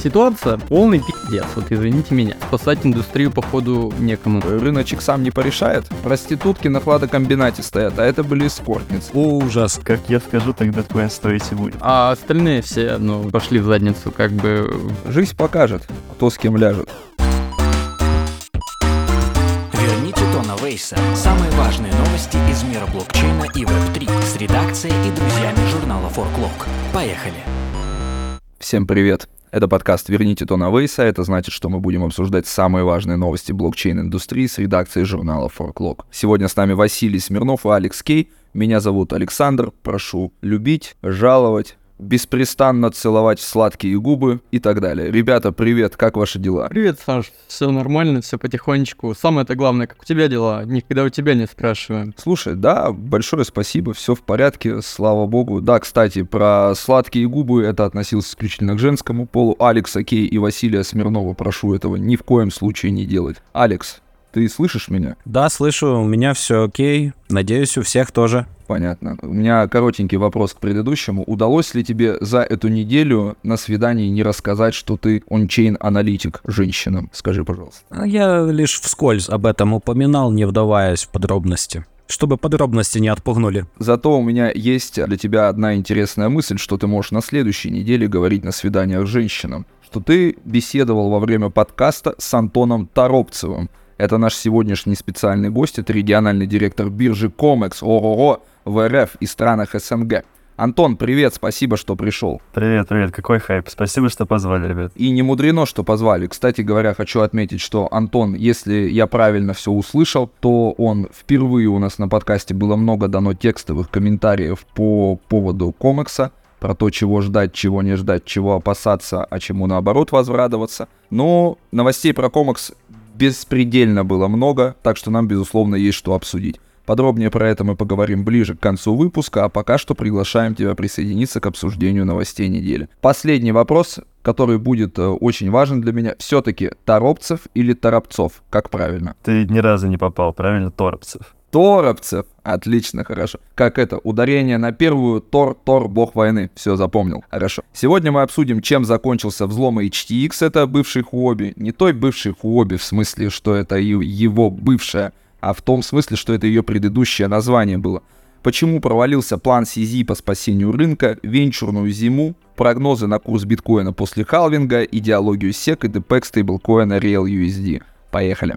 Ситуация полный пиздец, вот извините меня. Спасать индустрию, походу, некому. Рыночек сам не порешает. Проститутки на хладокомбинате стоят, а это были эскортницы. Ужас, как я скажу, тогда твоя стоить и будет. А остальные все, пошли в задницу, как бы... Жизнь покажет, кто с кем ляжет. Верните Тона Вейса. Самые важные новости из мира блокчейна и Web3 с редакцией и друзьями журнала Forklog. Поехали! Всем привет! Это подкаст «Верните Тона Вейса». Это значит, что мы будем обсуждать самые важные новости блокчейн-индустрии с редакцией журнала Forklog. Сегодня с нами Василий Смирнов и Алекс Кей. Меня зовут Александр. Прошу любить, жаловать, беспрестанно целовать в сладкие губы и так далее. Ребята, привет, как ваши дела? Привет, Саш, все нормально, все потихонечку. Самое-то главное, как у тебя дела? Никогда у тебя не спрашиваем. Слушай, да, большое спасибо, все в порядке, слава богу. Да, кстати, про сладкие губы это относилось исключительно к женскому полу. Алекса Кей и Василия Смирнова прошу этого ни в коем случае не делать. Алекс, ты слышишь меня? Да, слышу, у меня все окей. Надеюсь, у всех тоже. Понятно. У меня коротенький вопрос к предыдущему. Удалось ли тебе за эту неделю на свидании не рассказать, что ты он-чейн-аналитик женщинам? Скажи, пожалуйста. Я лишь вскользь об этом упоминал, не вдаваясь в подробности. Чтобы подробности не отпугнули. Зато у меня есть для тебя одна интересная мысль, что ты можешь на следующей неделе говорить на свиданиях с женщинам. Что ты беседовал во время подкаста с Антоном Торопцевым. Это наш сегодняшний специальный гость, это региональный директор биржи COMEX, ОРО, в РФ и странах СНГ. Антон, привет, спасибо, что пришел. Привет, какой хайп. Спасибо, что позвали, ребят. И не мудрено, что позвали. Кстати говоря, хочу отметить, что Антон, если я правильно все услышал, то он впервые у нас на подкасте было много дано текстовых комментариев по поводу COMEX, про то, чего ждать, чего не ждать, чего опасаться, а чему наоборот возрадоваться. Но новостей про COMEX беспредельно было много, так что нам, безусловно, есть что обсудить. Подробнее про это мы поговорим ближе к концу выпуска, а пока что приглашаем тебя присоединиться к обсуждению новостей недели. Последний вопрос, который будет очень важен для меня. Все-таки Торопцев или Торопцов? Как правильно? Ты ни разу не попал, правильно? Торопцев. Торопцев. Отлично, хорошо. Как это? Ударение на первую. Тор, бог войны. Все, запомнил. Хорошо. Сегодня мы обсудим, чем закончился взлом HTX. Это бывший Huobi. Не той бывший Huobi, в смысле, что это его бывшая, а в том смысле, что это ее предыдущее название было. Почему провалился план CZ по спасению рынка, венчурную зиму, прогнозы на курс биткоина после халвинга, идеологию SEC и DPEG стейблкоина RealUSD. Поехали.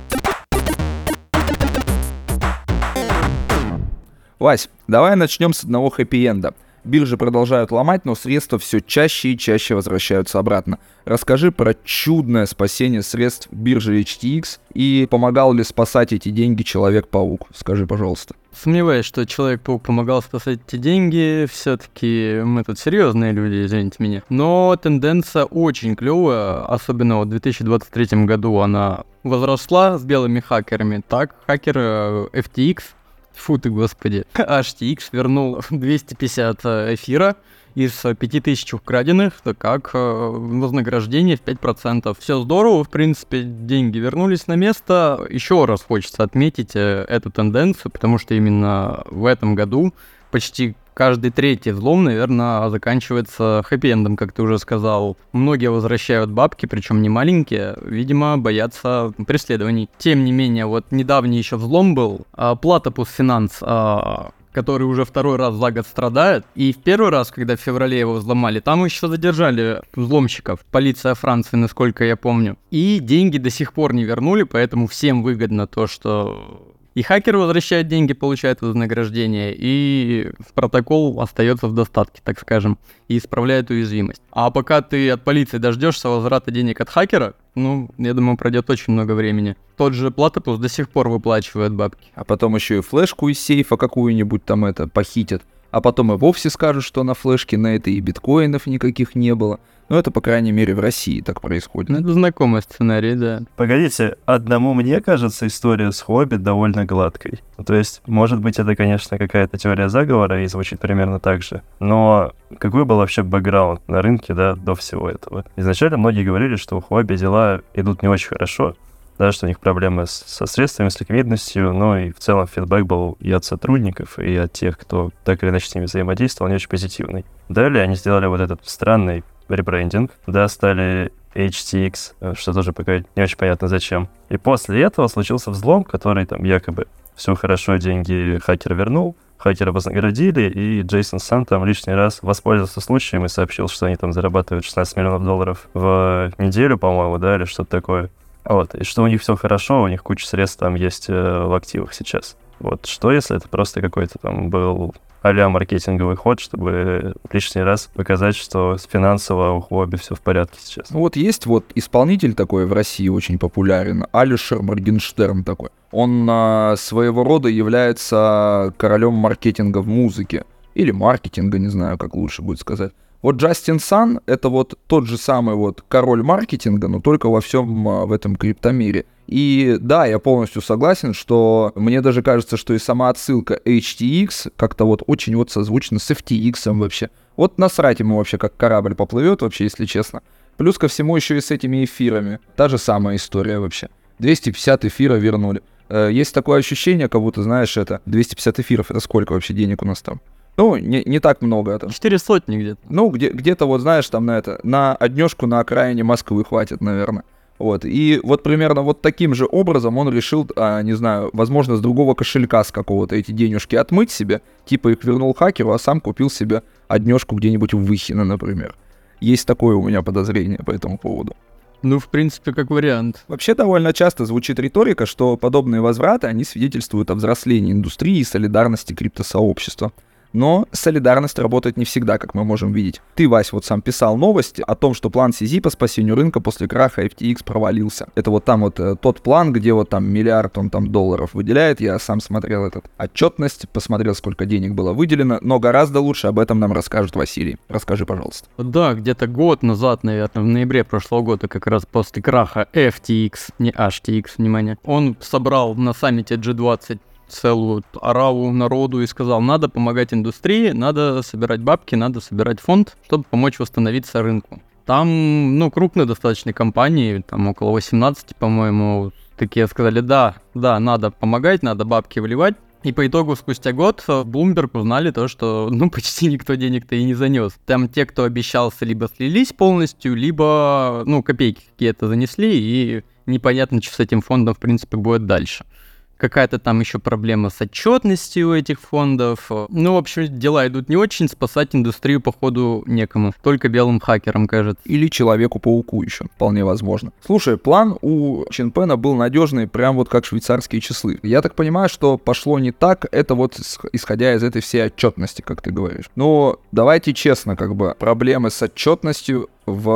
Вась, давай начнем с одного хэппи-энда. Биржи продолжают ломать, но средства все чаще и чаще возвращаются обратно. Расскажи про чудное спасение средств биржи HTX и помогал ли спасать эти деньги Человек-паук? Скажи, пожалуйста. Сомневаюсь, что Человек-паук помогал спасать эти деньги. Все-таки мы тут серьезные люди, извините меня. Но тенденция очень клевая, особенно в 2023 году она возросла с белыми хакерами. Так, хакер FTX... Фу ты, господи. HTX вернул 250 эфира из 5000 украденных, как вознаграждение в 5%. Все здорово, в принципе, деньги вернулись на место. Еще раз хочется отметить эту тенденцию, потому что именно в этом году почти каждый третий взлом, наверное, заканчивается хэппи-эндом, как ты уже сказал. Многие возвращают бабки, причем не маленькие, видимо, боятся преследований. Тем не менее, вот недавний еще взлом был, Platypus Finance, который уже второй раз за год страдает. И в первый раз, когда в феврале его взломали, там еще задержали взломщиков. Полиция Франции, насколько я помню. И деньги до сих пор не вернули, поэтому всем выгодно то, что... И хакер возвращает деньги, получает вознаграждение, и протокол остается в достатке, так скажем, и исправляет уязвимость. А пока ты от полиции дождешься возврата денег от хакера, я думаю, пройдет очень много времени. Тот же Platypus до сих пор выплачивает бабки. А потом еще и флешку из сейфа какую-нибудь там похитят. А потом и вовсе скажут, что на флешке на это и биткоинов никаких не было. Но это, по крайней мере, в России так происходит. Это знакомый сценарий, да. Погодите, одному мне кажется история с Huobi довольно гладкой. То есть, может быть, это, конечно, какая-то теория заговора и звучит примерно так же. Но какой был вообще бэкграунд на рынке, до всего этого? Изначально многие говорили, что у Huobi дела идут не очень хорошо. Да, что у них проблемы со средствами, с ликвидностью, но и в целом фидбэк был и от сотрудников, и от тех, кто так или иначе с ними взаимодействовал, не очень позитивный. Далее они сделали вот этот странный ребрендинг, да, стали HTX, что тоже пока не очень понятно зачем. И после этого случился взлом, который там якобы все хорошо, деньги хакер вернул, хакера вознаградили, и Джейсон Сан там лишний раз воспользовался случаем и сообщил, что они там зарабатывают $16 миллионов в неделю, по-моему, да, или что-то такое. Вот, и что у них все хорошо, у них куча средств там есть в активах сейчас. Вот, что если это просто какой-то там был а-ля маркетинговый ход, чтобы лишний раз показать, что с финансово у Huobi все в порядке сейчас. Вот есть вот исполнитель такой в России очень популярен, Алишер Моргенштерн такой. Он своего рода является королем маркетинга в музыке. Или маркетинга, не знаю, как лучше будет сказать. Вот Джастин Сан — это вот тот же самый вот король маркетинга, но только во всем в этом криптомире. И да, я полностью согласен, что мне даже кажется, что и сама отсылка HTX как-то вот очень вот созвучна с FTX вообще. Вот насрать ему вообще, как корабль поплывет вообще, если честно. Плюс ко всему еще и с этими эфирами. Та же самая история вообще. 250 эфира вернули. Есть такое ощущение, как будто, знаешь, это 250 эфиров, это сколько вообще денег у нас там? Ну, не так много это. 400 где-то. Ну, где-то вот, знаешь, там на однёшку на окраине Москвы хватит, наверное. Вот, и вот примерно вот таким же образом он решил, не знаю, возможно, с другого кошелька с какого-то эти денежки отмыть себе, типа их вернул хакеру, а сам купил себе однёшку где-нибудь в Выхино, например. Есть такое у меня подозрение по этому поводу. Ну, в принципе, как вариант. Вообще довольно часто звучит риторика, что подобные возвраты, они свидетельствуют о взрослении индустрии и солидарности криптосообщества. Но солидарность работает не всегда, как мы можем видеть. Ты, Вась, вот сам писал новости о том, что план CZ по спасению рынка после краха FTX провалился. Это вот там вот тот план, где вот там миллиард он там долларов выделяет. Я сам смотрел этот отчетность, посмотрел, сколько денег было выделено. Но гораздо лучше об этом нам расскажет Василий. Расскажи, пожалуйста. Да, где-то год назад, наверное, в ноябре прошлого года, как раз после краха FTX, не HTX, внимание, он собрал на саммите G20 целую ораву народу и сказал, надо помогать индустрии, надо собирать бабки, надо собирать фонд, чтобы помочь восстановиться рынку. Там, крупные достаточно компании, там около 18, по-моему, такие сказали, да, надо помогать, надо бабки вливать. И по итогу спустя год в Bloomberg узнали то, что, почти никто денег-то и не занес. Там те, кто обещался, либо слились полностью, либо, копейки какие-то занесли, и непонятно, что с этим фондом, в принципе, будет дальше. Какая-то там еще проблема с отчетностью у этих фондов. В общем, дела идут не очень, спасать индустрию, походу, некому. Только белым хакерам, кажется. Или Человеку-пауку еще, вполне возможно. Слушай, план у Чинпена был надежный, прям вот как швейцарские часы. Я так понимаю, что пошло не так, это вот исходя из этой всей отчетности, как ты говоришь. Но давайте честно, проблемы с отчетностью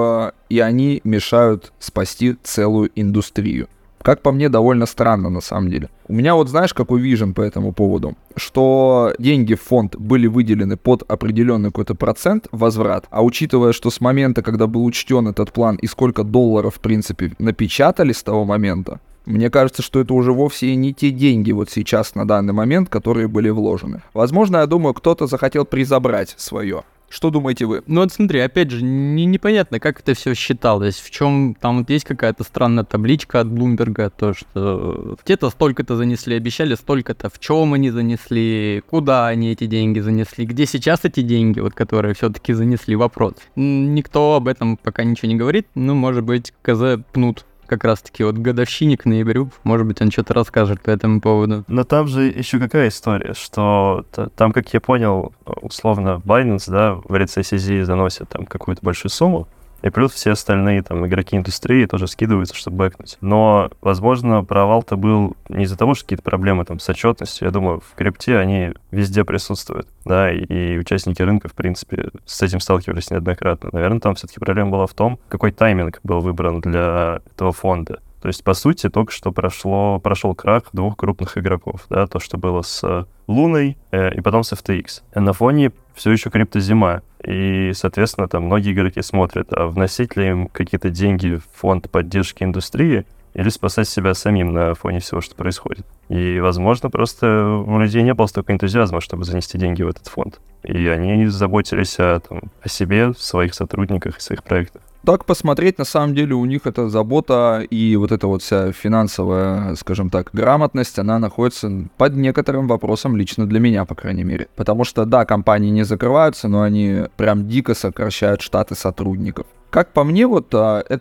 и они мешают спасти целую индустрию. Как по мне, довольно странно на самом деле. У меня вот знаешь, какой вижен по этому поводу? Что деньги в фонд были выделены под определенный какой-то процент возврат, а учитывая, что с момента, когда был учтен этот план и сколько долларов, в принципе, напечатали с того момента, мне кажется, что это уже вовсе и не те деньги вот сейчас на данный момент, которые были вложены. Возможно, я думаю, кто-то захотел призабрать свое. Что думаете вы? Вот смотри, опять же, непонятно, как это все считалось, в чем там вот есть какая-то странная табличка от Bloomberg, то, что где-то столько-то занесли, обещали столько-то, в чем они занесли, куда они эти деньги занесли, где сейчас эти деньги, вот, которые все-таки занесли, вопрос. Никто об этом пока ничего не говорит, может быть, КЗ пнут. Как раз-таки вот годовщине к ноябрю, может быть, он что-то расскажет по этому поводу. Но там же еще какая история, что там, как я понял, условно, Binance, да, в лице CZ заносит там какую-то большую сумму, и плюс все остальные там игроки индустрии тоже скидываются, чтобы бэкнуть. Но, возможно, провал-то был не из-за того, что какие-то проблемы там с отчетностью. Я думаю, в крипте они везде присутствуют, да, и участники рынка, в принципе, с этим сталкивались неоднократно. Наверное, там все-таки проблема была в том, какой тайминг был выбран для этого фонда. То есть, по сути, только что прошел крах двух крупных игроков, да, то, что было с Луной и потом с FTX. А на фоне все еще криптозима, и, соответственно, там многие игроки смотрят, а вносить ли им какие-то деньги в фонд поддержки индустрии или спасать себя самим на фоне всего, что происходит. И, возможно, просто у людей не было столько энтузиазма, чтобы занести деньги в этот фонд. И они заботились о себе, своих сотрудниках и своих проектах. Так посмотреть, на самом деле, у них эта забота и вот эта вот вся финансовая, скажем так, грамотность, она находится под некоторым вопросом лично для меня, по крайней мере. Потому что, да, компании не закрываются, но они прям дико сокращают штаты сотрудников. Как по мне, вот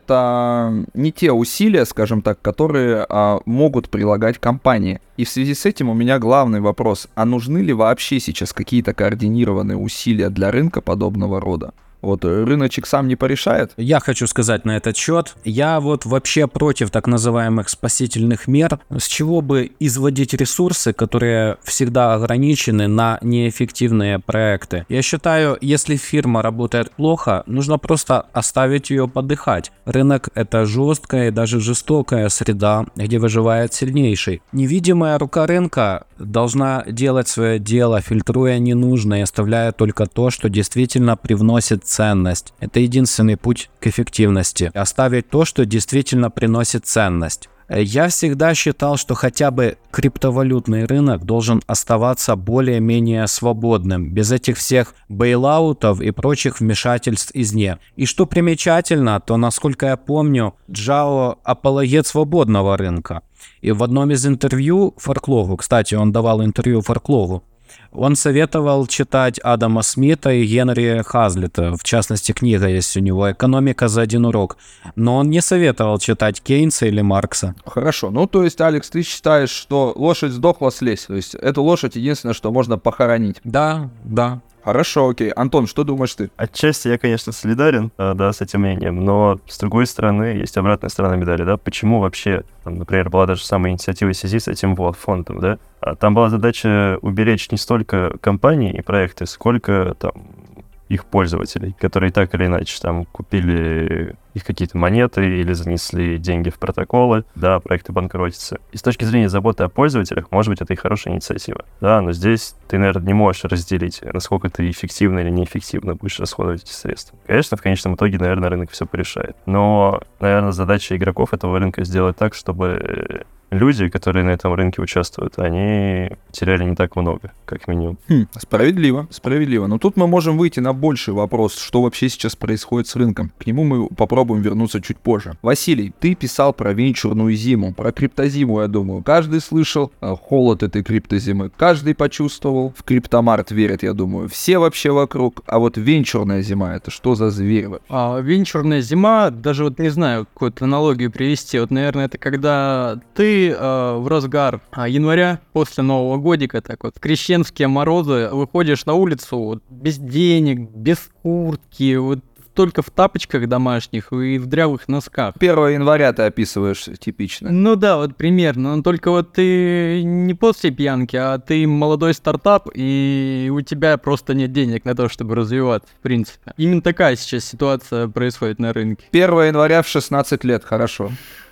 это не те усилия, скажем так, которые могут прилагать компании. И в связи с этим у меня главный вопрос, а нужны ли вообще сейчас какие-то координированные усилия для рынка подобного рода? Вот рыночек сам не порешает? Я хочу сказать на этот счет. Я вот вообще против так называемых спасительных мер. С чего бы изводить ресурсы, которые всегда ограничены на неэффективные проекты? Я считаю, если фирма работает плохо, нужно просто оставить ее подыхать. Рынок — это жесткая и даже жестокая среда, где выживает сильнейший. Невидимая рука рынка должна делать свое дело, фильтруя ненужное и оставляя только то, что действительно привносит ценность. Это единственный путь к эффективности. Оставить то, что действительно приносит ценность. Я всегда считал, что хотя бы криптовалютный рынок должен оставаться более-менее свободным, без этих всех бейлаутов и прочих вмешательств извне. И что примечательно, то, насколько я помню, Джао апологет свободного рынка. И в одном из интервью Фарклову, кстати, он давал интервью Фарклову, он советовал читать Адама Смита и Генри Хазлита, в частности, книга есть у него «Экономика за один урок», но он не советовал читать Кейнса или Маркса. Хорошо, ну то есть, Алекс, ты считаешь, что лошадь сдохла, слезь, то есть эту лошадь единственное, что можно похоронить? Да. Хорошо, окей. Антон, что думаешь ты? Отчасти я, конечно, солидарен, да, с этим мнением, но, с другой стороны, есть обратная сторона медали, да, почему вообще, там, например, была даже самая инициатива CZ с этим вот фондом, да, там была задача уберечь не столько компании и проекты, сколько, там, их пользователей, которые так или иначе там купили их какие-то монеты или занесли деньги в протоколы, да, проекты банкротятся. И с точки зрения заботы о пользователях, может быть, это и хорошая инициатива, да, но здесь ты, наверное, не можешь разделить, насколько ты эффективно или неэффективно будешь расходовать эти средства. Конечно, в конечном итоге, наверное, рынок все порешает, но, наверное, задача игроков этого рынка сделать так, чтобы люди, которые на этом рынке участвуют, они теряли не так много, как минимум. Справедливо. Но тут мы можем выйти на больший вопрос, что вообще сейчас происходит с рынком. К нему мы попробуем вернуться чуть позже. Василий, ты писал про венчурную зиму, про криптозиму, я думаю. Каждый слышал холод этой криптозимы, каждый почувствовал. В криптомарт верят, я думаю. Все вообще вокруг. А вот венчурная зима, это что за зверь вообще? Венчурная зима, даже вот не знаю, какую-то аналогию привести. Вот, наверное, это когда ты в разгар января, после Нового годика, так вот, крещенские морозы, выходишь на улицу вот, без денег, без куртки, вот только в тапочках домашних и в дрявых носках. 1 января ты описываешь типично. Ну да, вот примерно. Но только вот ты не после пьянки, а ты молодой стартап, и у тебя просто нет денег на то, чтобы развиваться, в принципе. Именно такая сейчас ситуация происходит на рынке. 1 января в 16 лет, хорошо.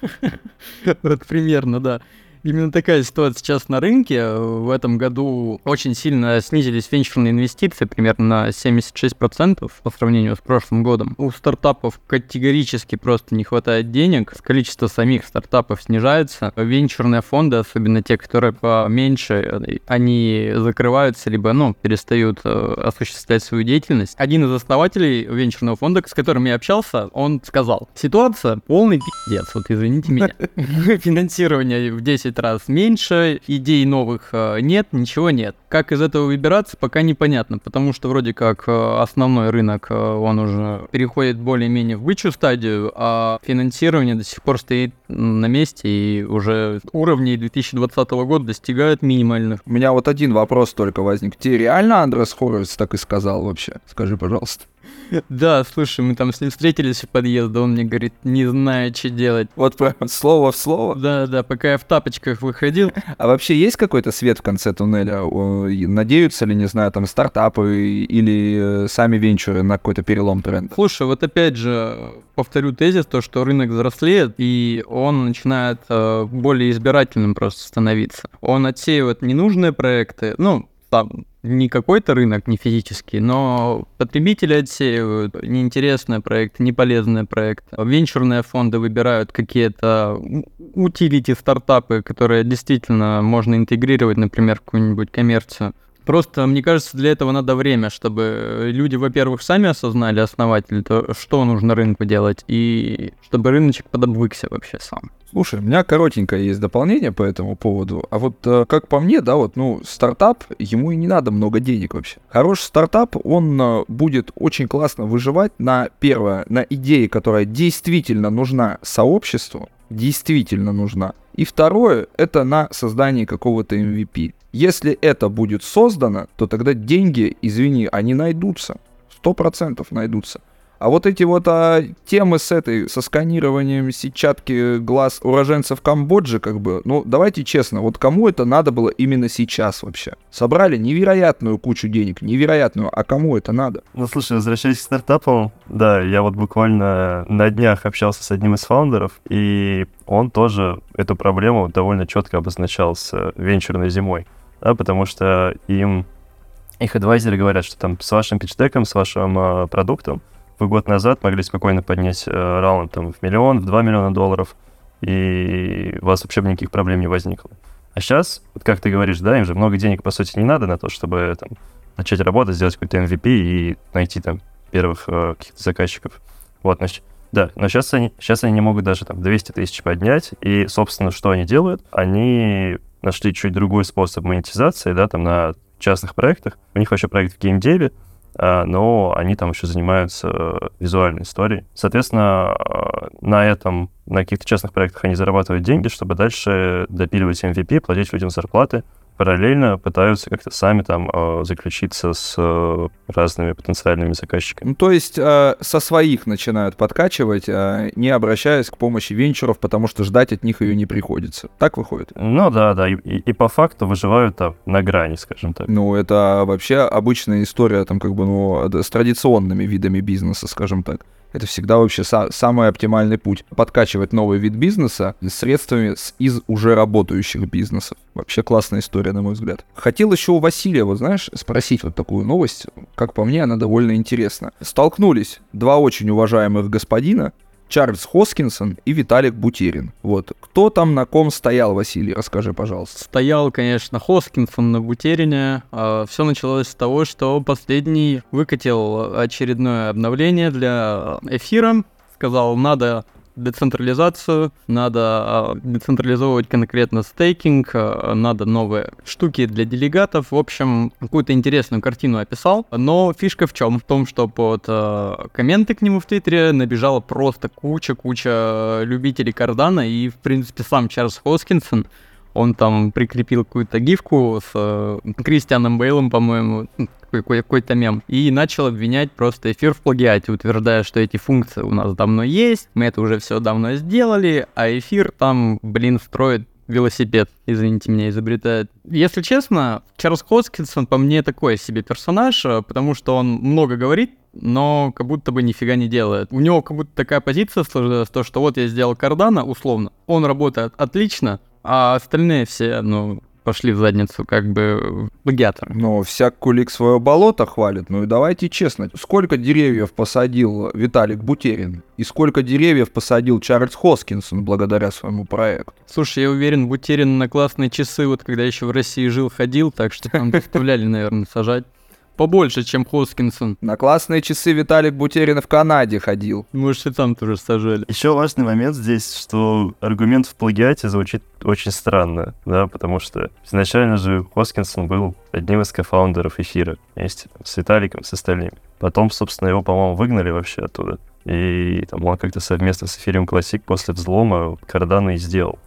Вот примерно, да. Именно такая ситуация сейчас на рынке. В этом году очень сильно снизились венчурные инвестиции, примерно на 76% по сравнению с прошлым годом. У стартапов категорически просто не хватает денег, количество самих стартапов снижается. Венчурные фонды, особенно те, которые поменьше, они закрываются, либо, перестают осуществлять свою деятельность. Один из основателей венчурного фонда, с которым я общался, он сказал: ситуация полный пиздец, вот извините меня. Финансирование в 10 раз меньше, идей новых нет, ничего нет. Как из этого выбираться, пока непонятно, потому что вроде как основной рынок, он уже переходит более-менее в бычью стадию, а финансирование до сих пор стоит на месте и уже уровней 2020 года достигает минимальных. У меня вот один вопрос только возник. Тебе реально Андрес Хорвиц так и сказал вообще? Скажи, пожалуйста. Да, слушай, мы там с ним встретились у подъезда, он мне говорит, не знаю, что делать. Вот прям слово в слово? Да, пока я в тапочках выходил. А вообще есть какой-то свет в конце туннеля? Надеются ли, не знаю, там стартапы или сами венчуры на какой-то перелом тренда? Слушай, вот опять же, повторю тезис, то, что рынок взрослеет, и он начинает более избирательным просто становиться. Он отсеивает ненужные проекты, там не какой-то рынок, не физический, но потребители отсеивают неинтересные проекты, неполезные проекты. Венчурные фонды выбирают какие-то утилити стартапы, которые действительно можно интегрировать, например, в какую-нибудь коммерцию. Просто, мне кажется, для этого надо время, чтобы люди, во-первых, сами осознали, основатели, то, что нужно рынку делать, и чтобы рыночек подобвыкся вообще сам. Слушай, у меня коротенькое есть дополнение по этому поводу. А вот как по мне, да, вот, ну, стартап, ему и не надо много денег вообще. Хороший стартап, он будет очень классно выживать на, первое, на идее, которая действительно нужна сообществу, действительно нужна. И второе, это на создании какого-то MVP. Если это будет создано, то тогда деньги, извини, они найдутся. 100% найдутся. А вот эти вот темы со сканированием сетчатки глаз уроженцев Камбоджи, как бы, ну, давайте честно, вот кому это надо было именно сейчас вообще? Собрали невероятную кучу денег, невероятную, а кому это надо? Ну, слушай, возвращаясь к стартапам, да, я вот буквально на днях общался с одним из фаундеров, и он тоже эту проблему довольно четко обозначал с венчурной зимой, да, потому что их адвайзеры говорят, что там с вашим питч-деком, с вашим продуктом вы год назад могли спокойно поднять раунд там, в $1 миллион, в $2 миллиона, и у вас вообще никаких проблем не возникло. А сейчас, вот как ты говоришь, да, им же много денег, по сути, не надо на то, чтобы там, начать работать, сделать какой-то MVP и найти там первых каких-то заказчиков. Вот, значит, да, но сейчас они не могут даже там 200 тысяч поднять, и, собственно, что они делают? Они нашли чуть другой способ монетизации, да, там на частных проектах. У них вообще проект в геймдеве, но они там еще занимаются визуальной историей. Соответственно, на каких-то частных проектах они зарабатывают деньги, чтобы дальше допиливать MVP, платить людям зарплаты. Параллельно пытаются как-то сами там заключиться с разными потенциальными заказчиками. Ну, то есть со своих начинают подкачивать, не обращаясь к помощи венчуров, потому что ждать от них ее не приходится. Так выходит? Ну да, и по факту выживают там на грани, скажем так. Ну, это вообще обычная история там как бы, ну, с традиционными видами бизнеса, скажем так. Это всегда вообще самый оптимальный путь. Подкачивать новый вид бизнеса средствами из уже работающих бизнесов. Вообще классная история, на мой взгляд. Хотел еще у Василия, вот знаешь, спросить вот такую новость. Как по мне, она довольно интересна. Столкнулись два очень уважаемых господина, Чарльз Хоскинсон и Виталик Бутерин. Вот. Кто там на ком стоял, Василий? Расскажи, пожалуйста. Стоял, конечно, Хоскинсон на Бутерине. Все началось с того, что последний выкатил очередное обновление для эфира. Сказал, надо децентрализацию, надо децентрализовывать конкретно стейкинг, надо новые штуки для делегатов. В общем, какую-то интересную картину описал. Но фишка в чем? В том, что под комменты к нему в Твиттере набежала просто куча любителей Кардана, и, в принципе, сам Чарльз Хоскинсон, он там прикрепил какую-то гифку с Кристианом Бейлом, по-моему, какой-то мем, и начал обвинять просто эфир в плагиате, утверждая, что эти функции у нас давно есть, мы это уже все давно сделали, а эфир там, строит велосипед, извините меня, изобретает. Если честно, Чарльз Хоскинсон по мне такой себе персонаж, потому что он много говорит, но как будто бы нифига не делает. У него как будто такая позиция сложилась, то, что вот я сделал Кардана, условно, он работает отлично, а остальные все, пошли в задницу, как бы плагиаторы. Но всяк кулик свое болото хвалит. Ну и давайте честно. Сколько деревьев посадил Виталик Бутерин? И сколько деревьев посадил Чарльз Хоскинсон благодаря своему проекту? Слушай, я уверен, Бутерин на классные часы, вот когда еще в России жил, ходил, так что там заставляли, наверное, сажать. Побольше, чем Хоскинсон. На классные часы Виталик Бутерин в Канаде ходил. Может, и там тоже сажали. Еще важный момент здесь, что аргумент в плагиате звучит очень странно, да, потому что изначально же Хоскинсон был одним из кофаундеров эфира вместе с Виталиком, с остальными. Потом, собственно, его, по-моему, выгнали вообще оттуда. И там он как-то совместно с эфиром Classic после взлома Кардана и сделал.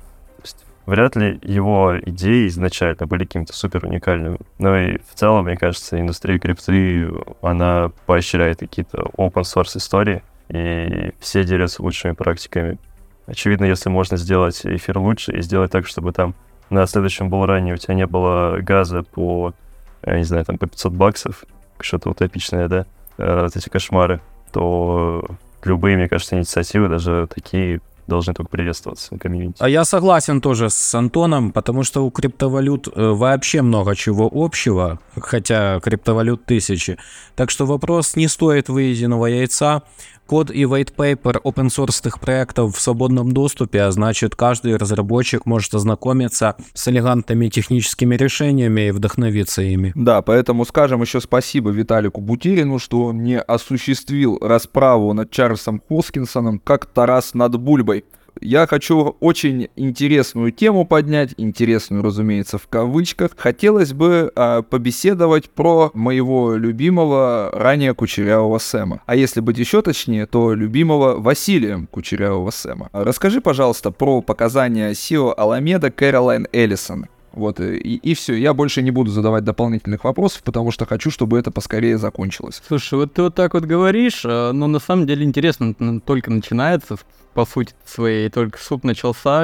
Вряд ли его идеи изначально были какими-то супер уникальными. Но и в целом, мне кажется, индустрия крипты, она поощряет какие-то open-source истории, и все делятся лучшими практиками. Очевидно, если можно сделать эфир лучше и сделать так, чтобы там на следующем булране у тебя не было газа по, я не знаю, там по $500, что-то утопичное, да, вот эти кошмары, то любые, мне кажется, инициативы, даже такие, должны только приветствоваться в комьюнити. А я согласен тоже с Антоном, потому что у криптовалют вообще много чего общего, хотя криптовалют тысячи. Так что вопрос не стоит выеденного яйца. код и white paper open-source проектов в свободном доступе, а значит, каждый разработчик может ознакомиться с элегантными техническими решениями и вдохновиться ими. Да, поэтому скажем еще спасибо Виталику Бутирину, что он не осуществил расправу над Чарльзом Хоскинсоном, как Тарас над Бульбой. Я хочу очень интересную тему поднять, интересную, разумеется, в кавычках. Хотелось бы побеседовать про моего любимого ранее кучерявого Сэма. А если быть еще точнее, то любимого Василием кучерявого Сэма. Расскажи, пожалуйста, про показания SEO Alameda Кэролайн Эллисон. Вот, и все. Я больше не буду задавать дополнительных вопросов, потому что хочу, чтобы это поскорее закончилось. Слушай, вот ты вот так вот говоришь, но на самом деле интересно, только начинается, по сути своей, только суд начался,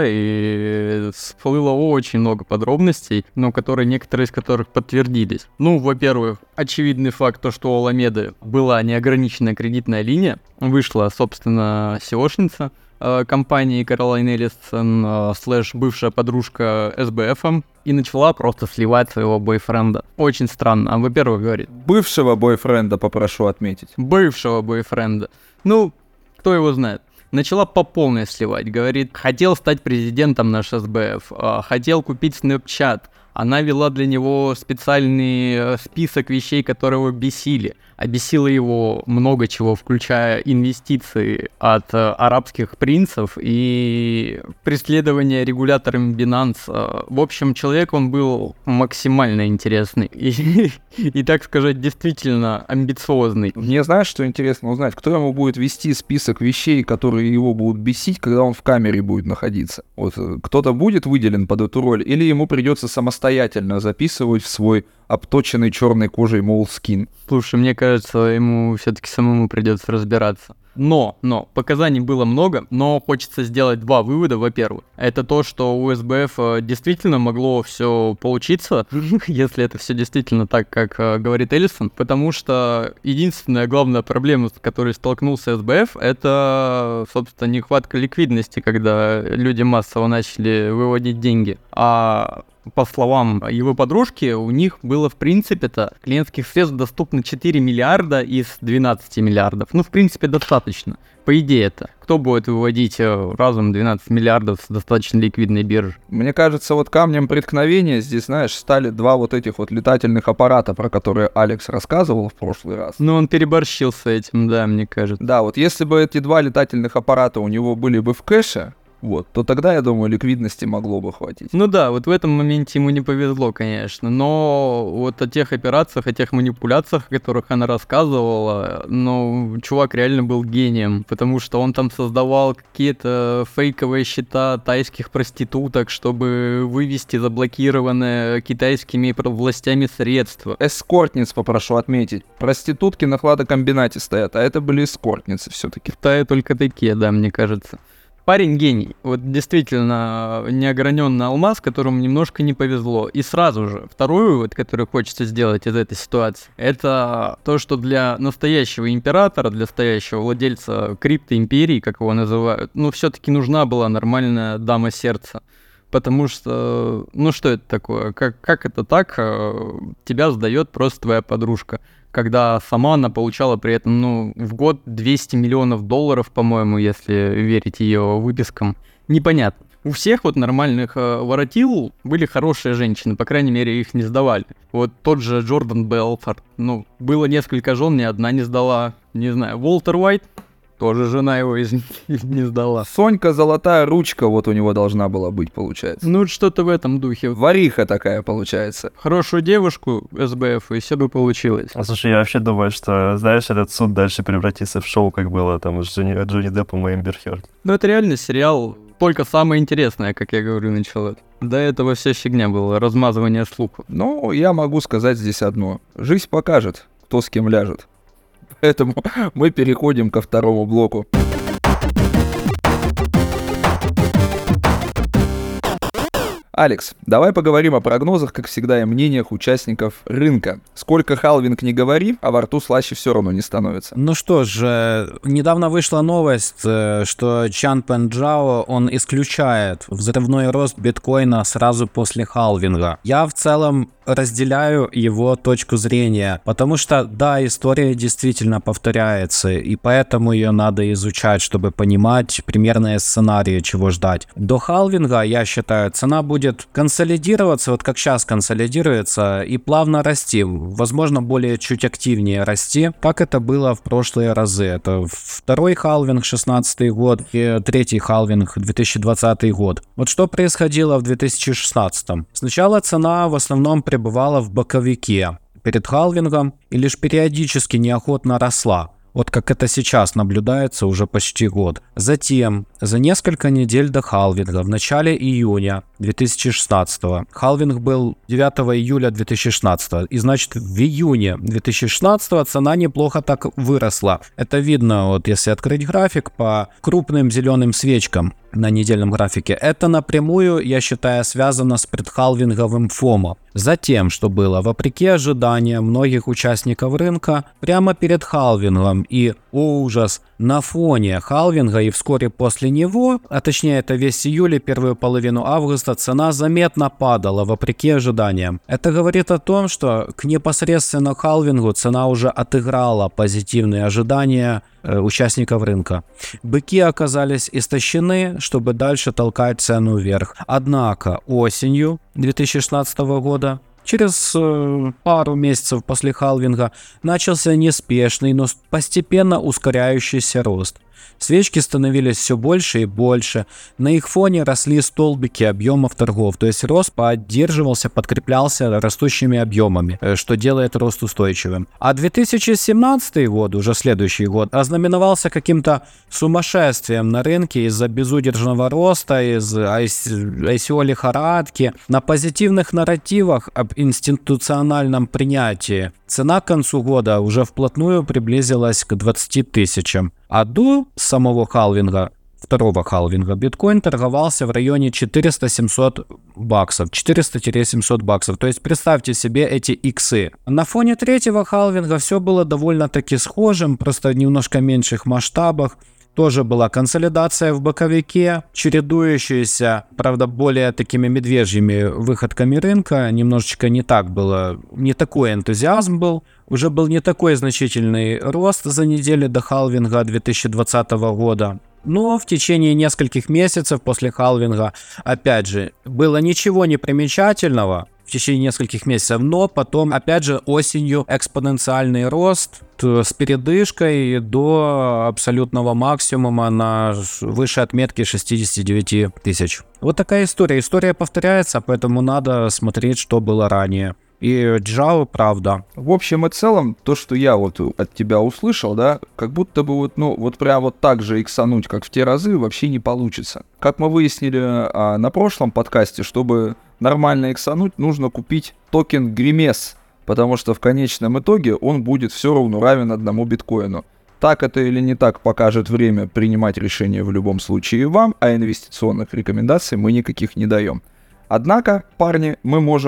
и всплыло очень много подробностей, но некоторые из которых подтвердились. Ну, во-первых, очевидный факт, то, что у Alameda была неограниченная кредитная линия, вышла, собственно, SEOшница компании Кэролайн Эллисон / бывшая подружка СБФ и начала просто сливать своего бойфренда. Очень странно. Во-первых, говорит... Бывшего бойфренда попрошу отметить. Бывшего бойфренда. Ну, кто его знает. Начала по полной сливать. Говорит, хотел стать президентом наш СБФ, хотел купить Snapchat. Она вела для него специальный список вещей, которые его бесили. А бесило его много чего, включая инвестиции от арабских принцев и преследование регуляторами Binance. В общем, человек он был максимально интересный и, так сказать, действительно амбициозный. Мне знаешь, что интересно узнать? Кто ему будет вести список вещей, которые его будут бесить, когда он в камере будет находиться? Вот кто-то будет выделен под эту роль, или ему придется самостоятельно записывать в свой обточенный черной кожей Moleskine? Слушай, мне кажется, ему все-таки самому придется разбираться. Но, показаний было много, но хочется сделать два вывода. Во-первых, это то, что у СБФ действительно могло все получиться, если это все действительно так, как говорит Эллисон, потому что единственная главная проблема, с которой столкнулся СБФ, это, собственно, нехватка ликвидности, когда люди массово начали выводить деньги. А по словам его подружки, у них было, в принципе-то, клиентских средств доступно 4 миллиарда из 12 миллиардов. Ну, в принципе, достаточно. По идее это. Кто будет выводить разом 12 миллиардов с достаточно ликвидной биржи? Мне кажется, вот камнем преткновения здесь, знаешь, стали два вот этих вот летательных аппарата, про которые Алекс рассказывал в прошлый раз. Ну, он переборщил с этим, да, мне кажется. Да, вот если бы эти два летательных аппарата у него были бы в кэше, вот, то тогда, я думаю, ликвидности могло бы хватить. Ну да, вот в этом моменте ему не повезло, конечно, но вот о тех операциях, о тех манипуляциях, о которых она рассказывала, ну, чувак реально был гением, потому что он там создавал какие-то фейковые счета тайских проституток, чтобы вывести заблокированные китайскими властями средства. Эскортниц попрошу отметить. Проститутки на хладокомбинате стоят, а это были эскортницы все-таки. В Тае только такие, да, мне кажется. Парень гений, вот действительно неограненный алмаз, которому немножко не повезло. И сразу же второй вывод, который хочется сделать из этой ситуации, это то, что для настоящего императора, для настоящего владельца криптоимперии, как его называют, ну все-таки нужна была нормальная дама сердца. Потому что, ну что это такое? Как это так? Тебя сдает просто твоя подружка. Когда сама она получала при этом, ну, в год $200 миллионов, по-моему, если верить ее выпискам. Непонятно. У всех вот нормальных воротил были хорошие женщины, по крайней мере, их не сдавали. Вот тот же Джордан Белфорд, ну, было несколько жен, ни одна не сдала. Не знаю, Уолтер Уайт, тоже жена его не сдала. Сонька золотая ручка вот у него должна была быть, получается. Ну, что-то в этом духе. Вариха такая получается. Хорошую девушку СБФ, и все бы получилось. Слушай, я вообще думаю, что, знаешь, этот суд дальше превратится в шоу, как было там с Джонни Деппом и Эмбер Хёрд. Ну, это реально сериал, только самое интересное, как я говорю, начало. До этого вся фигня была, размазывание слухов. Ну, я могу сказать здесь одно. Жизнь покажет, кто с кем ляжет. Поэтому мы переходим ко второму блоку. Алекс, давай поговорим о прогнозах, как всегда, и мнениях участников рынка. Сколько халвинг не говори, а во рту слаще все равно не становится. Ну что ж, недавно вышла новость, что Чанпен Джао, он исключает взрывной рост биткоина сразу после халвинга. Я в целом разделяю его точку зрения, потому что, да, история действительно повторяется, и поэтому ее надо изучать, чтобы понимать примерные сценарии, чего ждать. До халвинга, я считаю, цена будет консолидироваться, вот как сейчас консолидируется, и плавно расти, возможно, более чуть активнее расти, как это было в прошлые разы. Это второй халвинг, 16 год, и третий халвинг, 2020 год. Вот что происходило в 2016? Сначала цена в основном пребывала в боковике перед халвингом и лишь периодически неохотно росла. Вот как это сейчас наблюдается уже почти год. Затем, за несколько недель до халвинга, в начале июня 2016, халвинг был 9 июля 2016, и значит в июне 2016 цена неплохо так выросла. Это видно, вот если открыть график по крупным зеленым свечкам на недельном графике. Это напрямую, я считаю, связано с предхалвинговым ФОМО. Затем, что было, вопреки ожиданиям многих участников рынка, прямо перед халвингом и, о ужас, на фоне халвинга и вскоре после него, а точнее это весь июль и первую половину августа, цена заметно падала, вопреки ожиданиям. Это говорит о том, что к непосредственно халвингу цена уже отыграла позитивные ожидания участников рынка. Быки оказались истощены, чтобы дальше толкать цену вверх. Однако осенью 2016 года, через пару месяцев после халвинга, начался неспешный, но постепенно ускоряющийся рост. Свечки становились все больше и больше, на их фоне росли столбики объемов торгов, то есть рост поддерживался, подкреплялся растущими объемами, что делает рост устойчивым. А 2017 год, уже следующий год, ознаменовался каким-то сумасшествием на рынке из-за безудержного роста, из ICO-лихорадки. На позитивных нарративах об институциональном принятии цена к концу года уже вплотную приблизилась к 20 тысячам. А до самого халвинга, второго халвинга, биткоин торговался в районе 400-700 баксов, 400-700 баксов. То есть представьте себе эти иксы. На фоне третьего халвинга все было довольно-таки схожим, просто в немножко меньших масштабах. Тоже была консолидация в боковике, чередующаяся, правда, более такими медвежьими выходками рынка. Немножечко не так было, не такой энтузиазм был. Уже был не такой значительный рост за неделю до халвинга 2020 года. Но в течение нескольких месяцев после халвинга, опять же, было ничего не примечательного в течение нескольких месяцев, но потом, опять же, осенью экспоненциальный рост с передышкой до абсолютного максимума на выше отметки 69 тысяч. Вот такая история. История повторяется, поэтому надо смотреть, что было ранее. И Джао, правда. В общем и целом, то, что я вот от тебя услышал, да, как будто бы вот прям вот так же иксануть, как в те разы, вообще не получится. Как мы выяснили на прошлом подкасте, чтобы нормально иксануть, нужно купить токен Grimes, потому что в конечном итоге он будет все равно равен одному биткоину. Так это или не так, покажет время, принимать решение в любом случае вам, а инвестиционных рекомендаций мы никаких не даем. Однако, парни,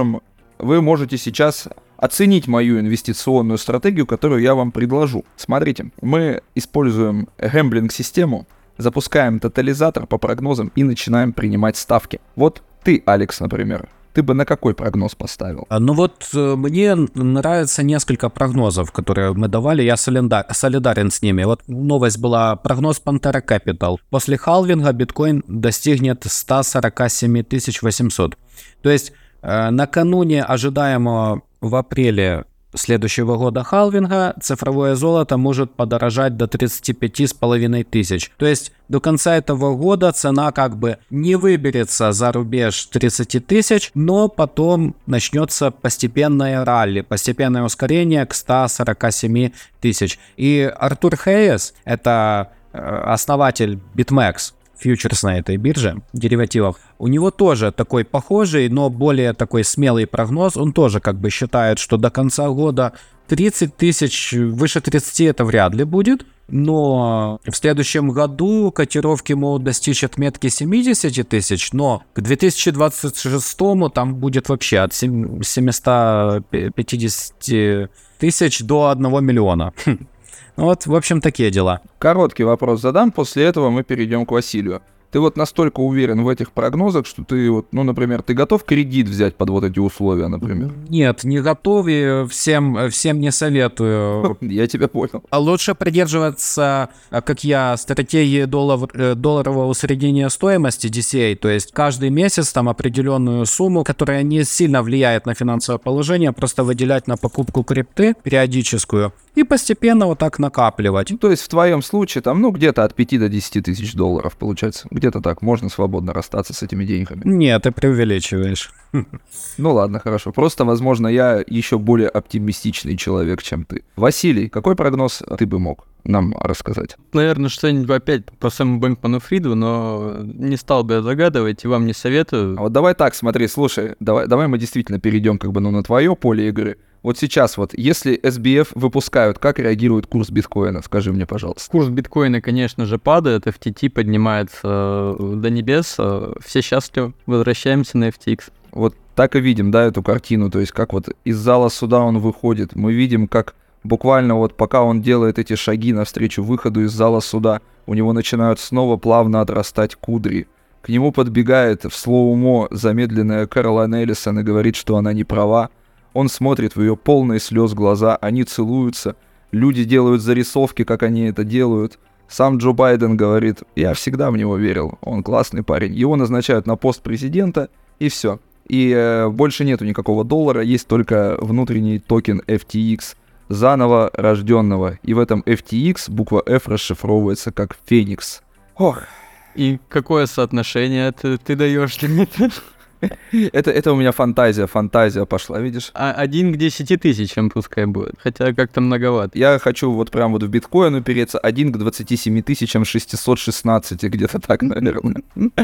вы можете сейчас оценить мою инвестиционную стратегию, которую я вам предложу. Смотрите, мы используем гэмблинг-систему, запускаем тотализатор по прогнозам и начинаем принимать ставки. Вот ты, Алекс, например, ты бы на какой прогноз поставил? Ну вот мне нравится несколько прогнозов, которые мы давали, я солидарен с ними. Вот новость была, прогноз Pantera Capital. После халвинга биткоин достигнет 147 800. То есть накануне ожидаемого в апреле следующего года халвинга цифровое золото может подорожать до 35,5 тысяч. То есть до конца этого года цена как бы не выберется за рубеж 30 тысяч, но потом начнется постепенное ралли, постепенное ускорение к 147 тысяч. И Артур Хейес, это основатель BitMEX, фьючерс на этой бирже деривативов, у него тоже такой похожий, но более такой смелый прогноз. Он тоже как бы считает, что до конца года 30 тысяч, выше 30 это вряд ли будет, но в следующем году котировки могут достичь отметки 70 тысяч, но к 2026 там будет вообще от 750 тысяч до 1 миллиона. Вот, в общем, такие дела. Короткий вопрос задам, после этого мы перейдем к Василию. Ты вот настолько уверен в этих прогнозах, что ты вот, ну, например, ты готов кредит взять под вот эти условия, например? Нет, не готов и всем не советую. Я тебя понял. А лучше придерживаться, как я, стратегии долларового усреднения стоимости DCA, то есть каждый месяц там определенную сумму, которая не сильно влияет на финансовое положение, просто выделять на покупку крипты периодическую и постепенно вот так накапливать. Ну, то есть в твоем случае там, ну, где-то от 5 до 10 тысяч долларов получается. Где-то так, можно свободно расстаться с этими деньгами. Нет, ты преувеличиваешь. Ну ладно, хорошо. Просто, возможно, я еще более оптимистичный человек, чем ты. Василий, какой прогноз ты бы мог нам рассказать? Наверное, что-нибудь опять по Сэму Бэнкману-Фриду, но не стал бы я загадывать и вам не советую. А вот давай так, смотри, слушай, давай мы действительно перейдем как бы на твое поле игры. Вот сейчас вот, если SBF выпускают, как реагирует курс биткоина? Скажи мне, пожалуйста. Курс биткоина, конечно же, падает, FTT поднимается до небес, все счастливы, возвращаемся на FTX. Вот так и видим, да, эту картину, то есть как вот из зала суда он выходит, мы видим, как буквально вот пока он делает эти шаги навстречу выходу из зала суда, у него начинают снова плавно отрастать кудри. К нему подбегает в слоумо замедленная Кэролайн Эллисон и говорит, что она не права. Он смотрит в ее полные слез глаза, они целуются, люди делают зарисовки, как они это делают. Сам Джо Байден говорит, я всегда в него верил, он классный парень. Его назначают на пост президента, и все. И больше нету никакого доллара, есть только внутренний токен FTX, заново рожденного. И в этом FTX буква F расшифровывается как Феникс. Ох. И какое соотношение ты даешь? Это у меня фантазия пошла, видишь? 1 к 10 тысячам пускай будет, хотя как-то многовато. Я хочу вот прям вот в биткоин упереться 1 к 27 616, где-то так, наверное.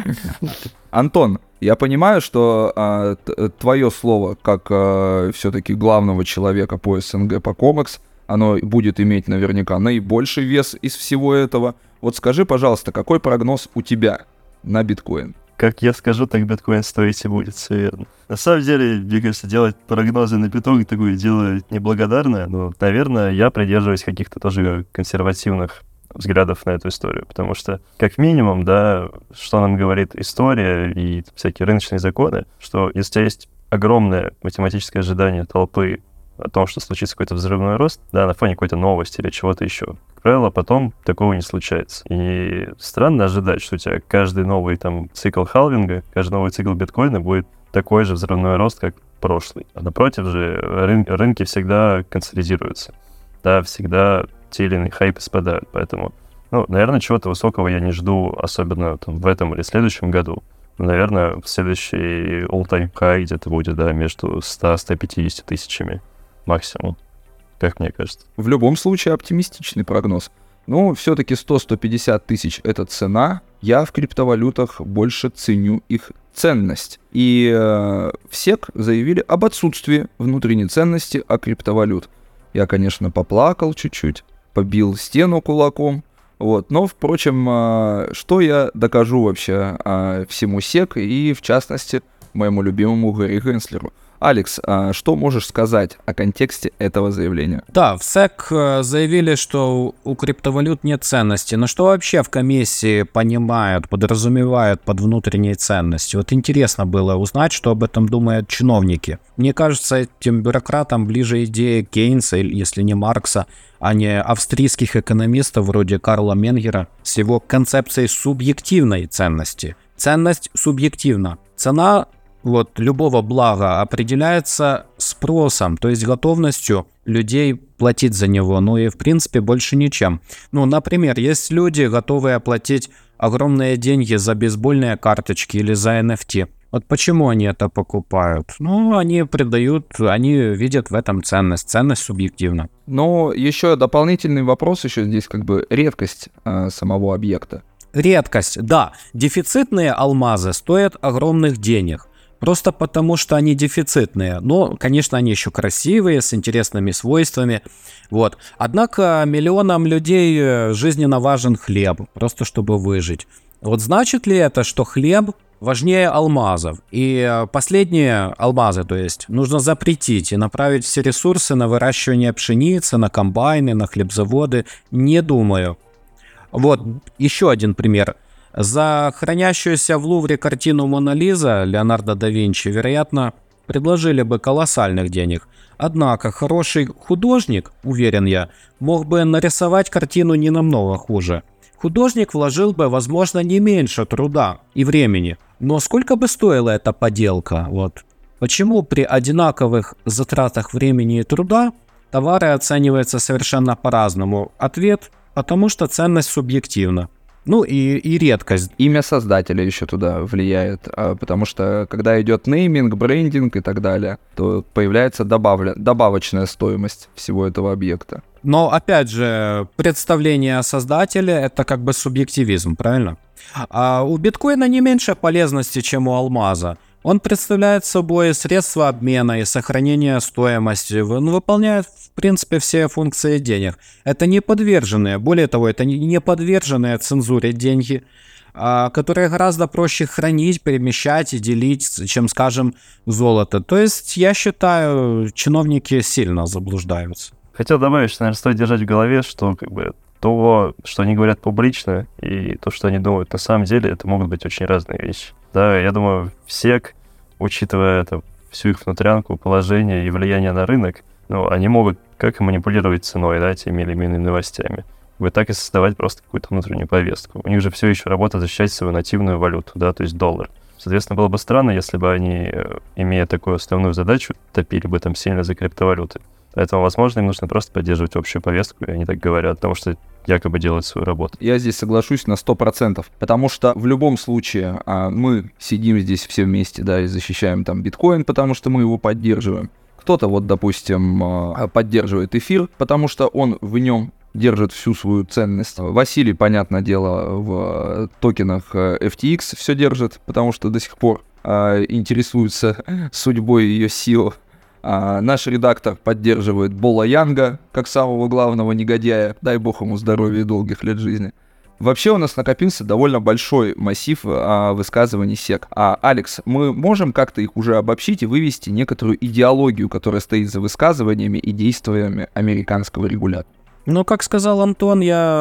Антон, я понимаю, что твое слово, как все-таки главного человека по СНГ, по Комекс, оно будет иметь наверняка наибольший вес из всего этого. Вот скажи, пожалуйста, какой прогноз у тебя на биткоин? Как я скажу, так биткоин стоить и будет, все верно. На самом деле, мне кажется, делать прогнозы на биток такое дело неблагодарное, но, наверное, я придерживаюсь каких-то тоже консервативных взглядов на эту историю, потому что, как минимум, да, что нам говорит история и всякие рыночные законы, что если у тебя есть огромное математическое ожидание толпы о том, что случится какой-то взрывной рост, да, на фоне какой-то новости или чего-то еще. Как правило, потом такого не случается. И странно ожидать, что у тебя каждый новый там цикл халвинга, каждый новый цикл биткоина будет такой же взрывной рост, как прошлый. А напротив же, рынки всегда консолидируются. Да, всегда те или иные хайпы спадают. Поэтому, ну, наверное, чего-то высокого я не жду, особенно там в этом или следующем году. Наверное, в следующий all-time high где-то будет, да, между 100-150 тысячами максимум, как мне кажется. В любом случае оптимистичный прогноз. Но все-таки 100-150 тысяч — это цена. Я в криптовалютах больше ценю их ценность. И в SEC заявили об отсутствии внутренней ценности криптовалют. Я, конечно, поплакал чуть-чуть, побил стену кулаком. Вот. Но, впрочем, что я докажу вообще всему SEC и, в частности, моему любимому Гэри Генслеру? Алекс, что можешь сказать о контексте этого заявления? Да, в SEC заявили, что у криптовалют нет ценности. Но что вообще в комиссии понимают, подразумевают под внутренней ценностью? Вот интересно было узнать, что об этом думают чиновники. Мне кажется, этим бюрократам ближе идея Кейнса, если не Маркса, а не австрийских экономистов вроде Карла Менгера с его концепцией субъективной ценности. Ценность субъективна. Цена любого блага определяется спросом, то есть готовностью людей платить за него, ну и в принципе больше ничем. Ну, например, есть люди, готовые оплатить огромные деньги за бейсбольные карточки или за NFT. Вот почему они это покупают? Ну, они видят в этом ценность. Ценность субъективна. Но еще дополнительный вопрос, еще здесь как бы редкость самого объекта. Редкость, да. Дефицитные алмазы стоят огромных денег. Просто потому, что они дефицитные. Но, конечно, они еще красивые, с интересными свойствами. Вот. Однако миллионам людей жизненно важен хлеб, просто чтобы выжить. Вот значит ли это, что хлеб важнее алмазов? И последние алмазы, то есть, нужно запретить и направить все ресурсы на выращивание пшеницы, на комбайны, на хлебзаводы? Не думаю. Вот, еще один пример. За хранящуюся в Лувре картину «Мона Лиза» Леонардо да Винчи, вероятно, предложили бы колоссальных денег. Однако хороший художник, уверен я, мог бы нарисовать картину не намного хуже. Художник вложил бы, возможно, не меньше труда и времени. Но сколько бы стоила эта поделка? Вот. Почему при одинаковых затратах времени и труда товары оцениваются совершенно по-разному? Ответ – потому что ценность субъективна. Ну и редкость. Имя создателя еще туда влияет, потому что когда идет нейминг, брендинг и так далее, то появляется добавочная стоимость всего этого объекта. Но опять же, представление о создателе – это как бы субъективизм, правильно? А у биткоина не меньше полезности, чем у алмаза. Он представляет собой средство обмена и сохранения стоимости. Он выполняет, в принципе, все функции денег. Это не подверженные, более того, это не подверженные цензуре деньги, которые гораздо проще хранить, перемещать и делить, чем, скажем, золото. То есть, я считаю, чиновники сильно заблуждаются. Хотел добавить, что, наверное, стоит держать в голове, что как бы то, что они говорят публично, и то, что они думают на самом деле, это могут быть очень разные вещи. Да, я думаю, SEC, учитывая это, всю их внутрянку, положение и влияние на рынок, ну, они могут как и манипулировать ценой, да, теми или иными новостями, так и создавать просто какую-то внутреннюю повестку. У них же все еще работа защищать свою нативную валюту, да, то есть доллар. Соответственно, было бы странно, если бы они, имея такую основную задачу, топили бы там сильно за криптовалюты. Поэтому, возможно, им нужно просто поддерживать общую повестку, и они так говорят, потому что якобы делают свою работу. Я здесь соглашусь на 100%, потому что в любом случае мы сидим здесь все вместе, да, и защищаем там биткоин, потому что мы его поддерживаем. Кто-то вот, допустим, поддерживает эфир, потому что он в нем держит всю свою ценность. Василий, понятное дело, в токенах FTX все держит, потому что до сих пор интересуется судьбой ее сил. Наш редактор поддерживает Бола Янга как самого главного негодяя. Дай бог ему здоровья и долгих лет жизни. Вообще у нас накопился довольно большой массив высказываний SEC. Алекс, мы можем как-то их уже обобщить и вывести некоторую идеологию, которая стоит за высказываниями и действиями американского регулятора? Ну, как сказал Антон,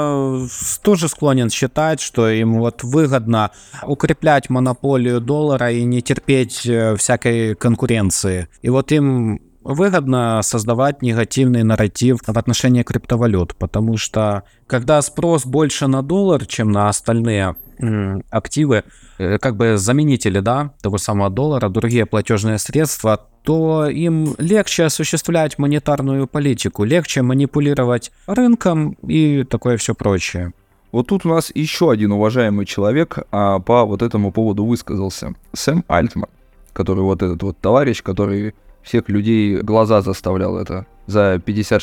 я тоже склонен считать, что им вот выгодно укреплять монополию доллара и не терпеть всякой конкуренции. И вот им выгодно создавать негативный нарратив в отношении криптовалют, потому что когда спрос больше на доллар, чем на остальные активы, как бы заменители, да, того самого доллара, другие платежные средства, то им легче осуществлять монетарную политику, легче манипулировать рынком и такое все прочее. Вот тут у нас еще один уважаемый человек по вот этому поводу высказался. Сэм Альтман, который вот этот вот товарищ, который всех людей глаза заставлял это за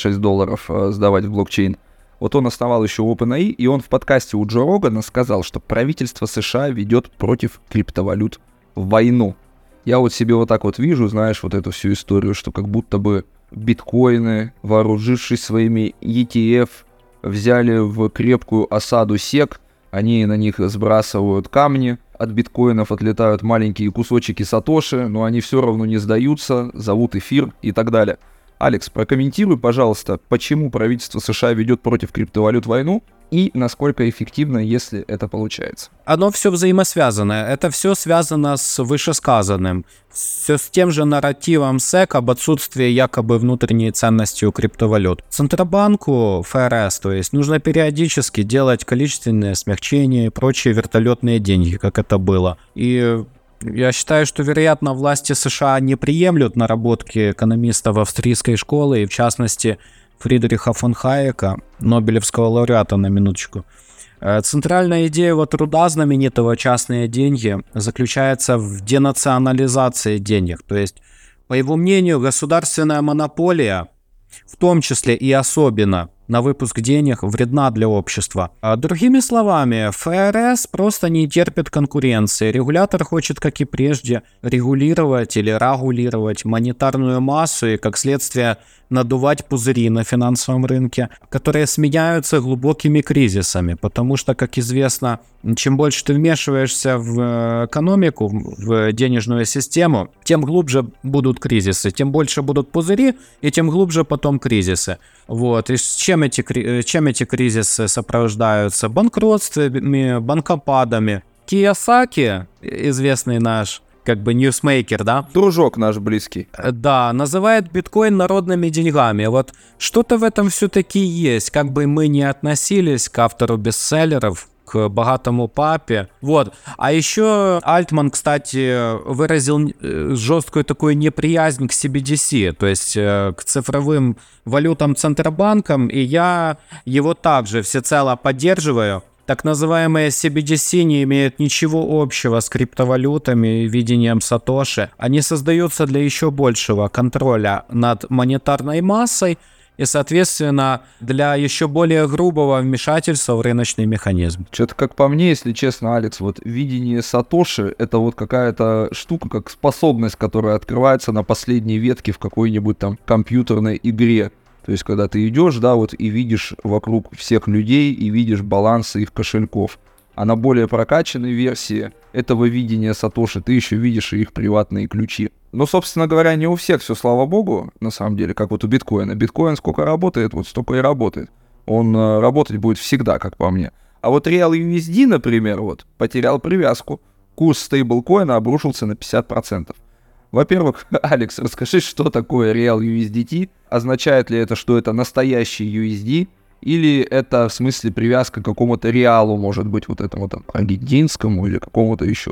$56 сдавать в блокчейн. Вот он основал еще OpenAI, и он в подкасте у Джо Рогана сказал, что правительство США ведет против криптовалют войну. Я вот себе вот так вот вижу, знаешь, вот эту всю историю, что как будто бы биткоины, вооружившись своими ETF, взяли в крепкую осаду SEC, они на них сбрасывают камни, от биткоинов отлетают маленькие кусочки сатоши, но они все равно не сдаются, зовут эфир и так далее. Алекс, прокомментируй, пожалуйста, почему правительство США ведет против криптовалют войну и насколько эффективно, если это получается. Оно все взаимосвязано. Это все связано с вышесказанным. Все с тем же нарративом SEC об отсутствии якобы внутренней ценности у криптовалют. Центробанку ФРС, то есть, нужно периодически делать количественные смягчения и прочие вертолетные деньги, как это было. И я считаю, что, вероятно, власти США не приемлют наработки экономистов австрийской школы, и в частности Фридриха фон Хайека, Нобелевского лауреата, на минуточку. Центральная идея его труда, знаменитого «Частные деньги», заключается в денационализации денег. То есть, по его мнению, государственная монополия, в том числе и особенно на выпуск денег, вредна для общества. Другими словами, ФРС просто не терпит конкуренции. Регулятор хочет, как и прежде, регулировать или регулировать монетарную массу и, как следствие, надувать пузыри на финансовом рынке, которые сменяются глубокими кризисами, потому что, как известно, чем больше ты вмешиваешься в экономику, в денежную систему, тем глубже будут кризисы, тем больше будут пузыри, и тем глубже потом кризисы. Вот. И с чем чем эти кризисы сопровождаются? Банкротствами, банкопадами. Кийосаки, известный наш как бы ньюсмейкер, да? Дружок наш близкий. Да, называет биткоин народными деньгами. Вот что-то в этом все-таки есть. Как бы мы ни относились к автору бестселлеров, к богатому папе. Вот. А еще Альтман, кстати, выразил жесткую такую неприязнь к CBDC, то есть к цифровым валютам Центробанкам, и я его также всецело поддерживаю. Так называемые CBDC не имеют ничего общего с криптовалютами и видением Сатоши. Они создаются для еще большего контроля над монетарной массой и, соответственно, для еще более грубого вмешательства в рыночный механизм. Что-то, как по мне, если честно, Алекс, вот видение Сатоши — это вот какая-то штука, как способность, которая открывается на последней ветке в какой-нибудь там компьютерной игре. То есть, когда ты идешь, да, вот и видишь вокруг всех людей и видишь балансы их кошельков. А на более прокачанной версии этого видения Сатоши ты еще видишь и их приватные ключи. Но, собственно говоря, не у всех все, слава богу, на самом деле, как вот у биткоина. Биткоин сколько работает, вот столько и работает. Он работать будет всегда, как по мне. А вот Real USD, например, вот, потерял привязку. Курс стейблкоина обрушился на 50%. Во-первых, Алекс, расскажи, что такое Real USDT? Означает ли это, что это настоящий USD? Или это в смысле привязка к какому-то реалу, может быть, вот этому там аргентинскому или какому-то еще?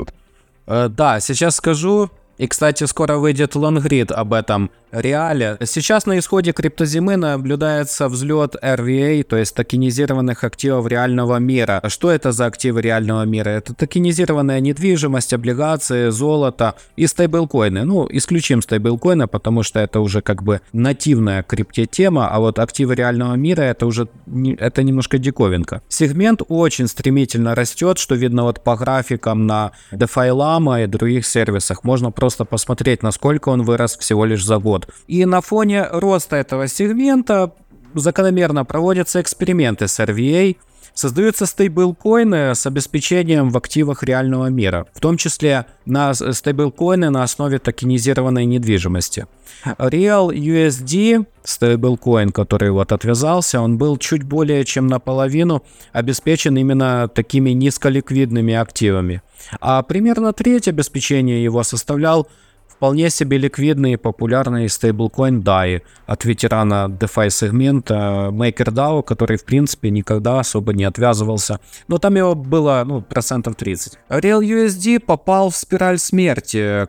Да, сейчас скажу. И, кстати, скоро выйдет лонгрид об этом реале. Сейчас на исходе криптозимы наблюдается взлет RVA, то есть токенизированных активов реального мира. Что это за активы реального мира? Это токенизированная недвижимость, облигации, золото и стейблкоины. Ну, исключим стейблкоины, потому что это уже как бы нативная крипте-тема, а вот активы реального мира это уже это немножко диковинка. Сегмент очень стремительно растет, что видно вот по графикам на DeFi Lama и других сервисах. Можно просто посмотреть, насколько он вырос всего лишь за год. И на фоне роста этого сегмента закономерно проводятся эксперименты с RVA, создаются стейблкоины с обеспечением в активах реального мира, в том числе на стейблкоины на основе токенизированной недвижимости. Real USD, стейблкоин, который вот отвязался, он был чуть более чем наполовину обеспечен именно такими низколиквидными активами. А примерно треть обеспечения его составлял вполне себе ликвидный и популярный стейблкоин DAI от ветерана DeFi сегмента MakerDAO, который в принципе никогда особо не отвязывался, но там его было 30%. Real USD попал в спираль смерти,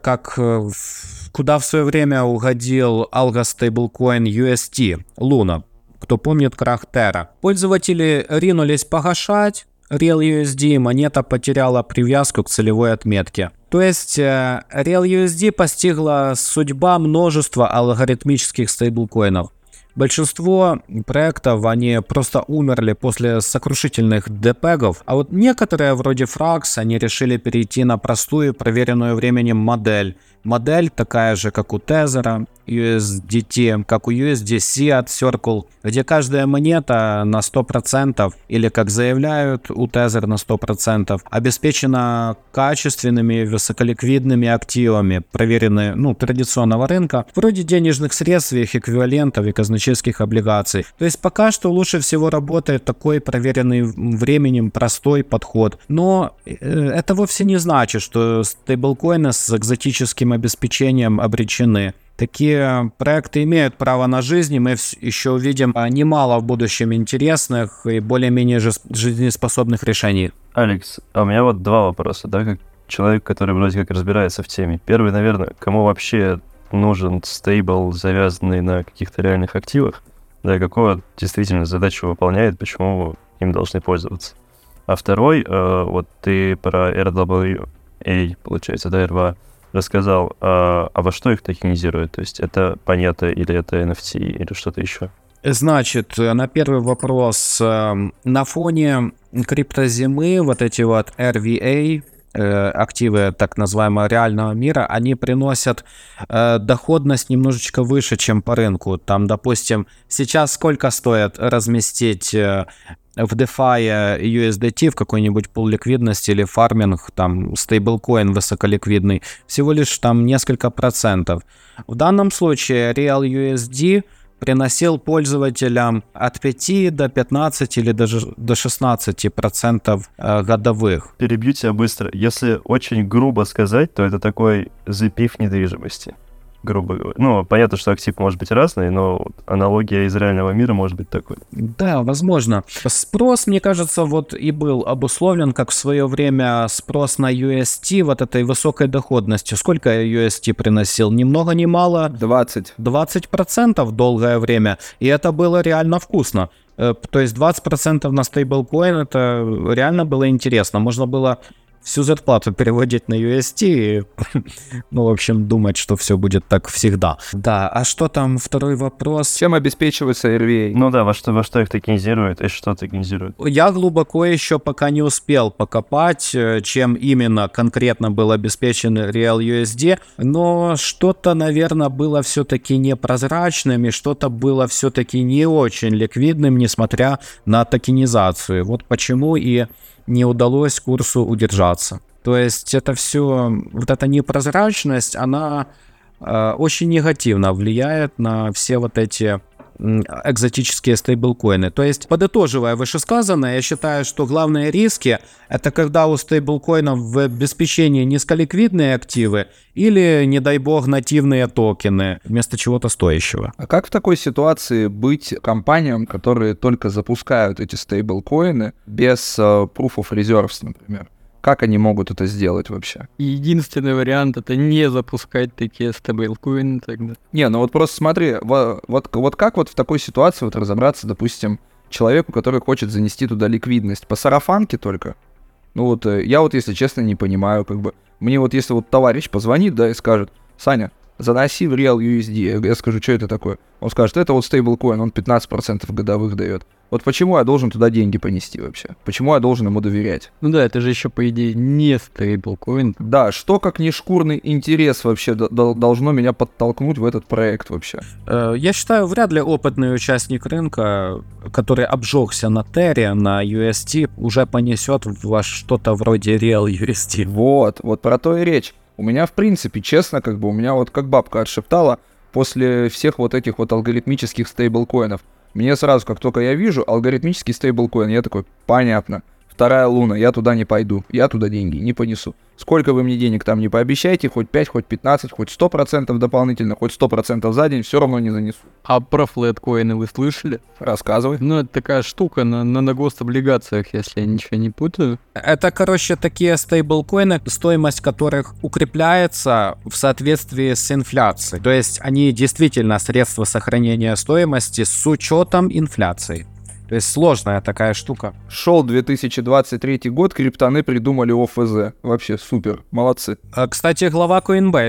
куда в свое время угодил алго-стейблкоин UST, Luna. Кто помнит крах Terra. Пользователи ринулись погашать Real USD, монета потеряла привязку к целевой отметке. То есть Real USD постигла судьба множества алгоритмических стейблкоинов. Большинство проектов, они просто умерли после сокрушительных депегов, а вот некоторые, вроде Frax, они решили перейти на простую, проверенную временем модель. Модель такая же, как у Tether, USDT, как у USDC от Circle, где каждая монета на 100%, или, как заявляют у Tether, на 100%, обеспечена качественными, высоколиквидными активами, проверенные, традиционного рынка, вроде денежных средств, их эквивалентов и казначейских облигаций. То есть пока что лучше всего работает такой проверенный временем простой подход. Но это вовсе не значит, что стейблкоины с экзотическим обеспечением обречены. Такие проекты имеют право на жизнь, и мы еще увидим немало в будущем интересных и более-менее жизнеспособных решений. Алекс, а у меня вот два вопроса, да, как человек, который вроде как разбирается в теме. Первый, наверное, кому вообще нужен стейбл, завязанный на каких-то реальных активах, да, и какую действительно задачу выполняет, почему им должны пользоваться. А второй, вот ты про RWA, получается, да, RWA, рассказал, а во что их токенизируют? То есть это монета или это NFT или что-то еще? Значит, на первый вопрос, на фоне криптозимы вот эти вот RVA, активы так называемого реального мира, они приносят доходность немножечко выше, чем по рынку. Там, допустим, сейчас сколько стоит разместить в DeFi USDT в какой-нибудь пул ликвидности или фарминг, там, стейблкоин высоколиквидный, всего лишь там несколько процентов. В данном случае Real USD приносил пользователям от 5 до 15 или даже до 16% годовых. Перебью тебя быстро. Если очень грубо сказать, то это такой запив недвижимости. Грубо говоря. Ну, понятно, что актив может быть разный, но аналогия из реального мира может быть такой. Да, возможно. Спрос, мне кажется, вот и был обусловлен, как в свое время спрос на UST вот этой высокой доходностью. Сколько UST приносил? Ни много ни мало. 20% долгое время. И это было реально вкусно. То есть 20% на стейблкоин, это реально было интересно. Можно было всю зарплату переводить на UST и, ну, в общем, думать, что все будет так всегда. Да, а что там, второй вопрос? Чем обеспечивается RVA? Ну да, во что их токенизируют и что токенизируют? Я глубоко еще пока не успел покопать, чем именно конкретно был обеспечен Real USD, но что-то, наверное, было все-таки непрозрачным и что-то было все-таки не очень ликвидным, несмотря на токенизацию. Вот почему и не удалось курсу удержаться. То есть это все, вот эта непрозрачность, она очень негативно влияет на все вот эти экзотические стейблкоины. То есть, подытоживая вышесказанное, я считаю, что главные риски — это когда у стейблкоинов в обеспечении низколиквидные активы или, не дай бог, нативные токены вместо чего-то стоящего. А как в такой ситуации быть компаниям, которые только запускают эти стейблкоины без Proof of Reserves, например? Как они могут это сделать вообще? Единственный вариант — это не запускать такие стейблкоины тогда. Не, ну вот просто смотри, вот как вот в такой ситуации вот разобраться, допустим, человеку, который хочет занести туда ликвидность? По сарафанке только? Ну вот я вот, если честно, не понимаю, как бы. Мне вот если вот товарищ позвонит, да, и скажет: Саня, заноси в Real USD. Я скажу, что это такое? Он скажет: это вот стейблкоин, он 15% годовых дает. Вот почему я должен туда деньги понести вообще? Почему я должен ему доверять? Ну да, это же еще, по идее, не стейблкоин. Да, что как не шкурный интерес вообще должно меня подтолкнуть в этот проект вообще? Я считаю, вряд ли опытный участник рынка, который обжегся на Терре, на UST, уже понесет во что-то вроде Real UST. Вот про то и речь. У меня, в принципе, честно, как бы у меня вот как бабка отшептала, после всех вот этих вот алгоритмических стейблкоинов, мне сразу, как только я вижу алгоритмический стейблкоин, я такой: понятно, вторая луна, я туда не пойду, я туда деньги не понесу. Сколько вы мне денег там не пообещаете, хоть 5, хоть 15, хоть 100% дополнительно, хоть 100% за день, все равно не занесу. А про флэткоины вы слышали? Рассказывай. Ну, это такая штука на гособлигациях, если я ничего не путаю. Это, короче, такие стейблкоины, стоимость которых укрепляется в соответствии с инфляцией. То есть они действительно средства сохранения стоимости с учетом инфляции. То есть сложная такая штука. Шел 2023 год, криптоны придумали ОФЗ. Вообще супер, молодцы. Кстати, глава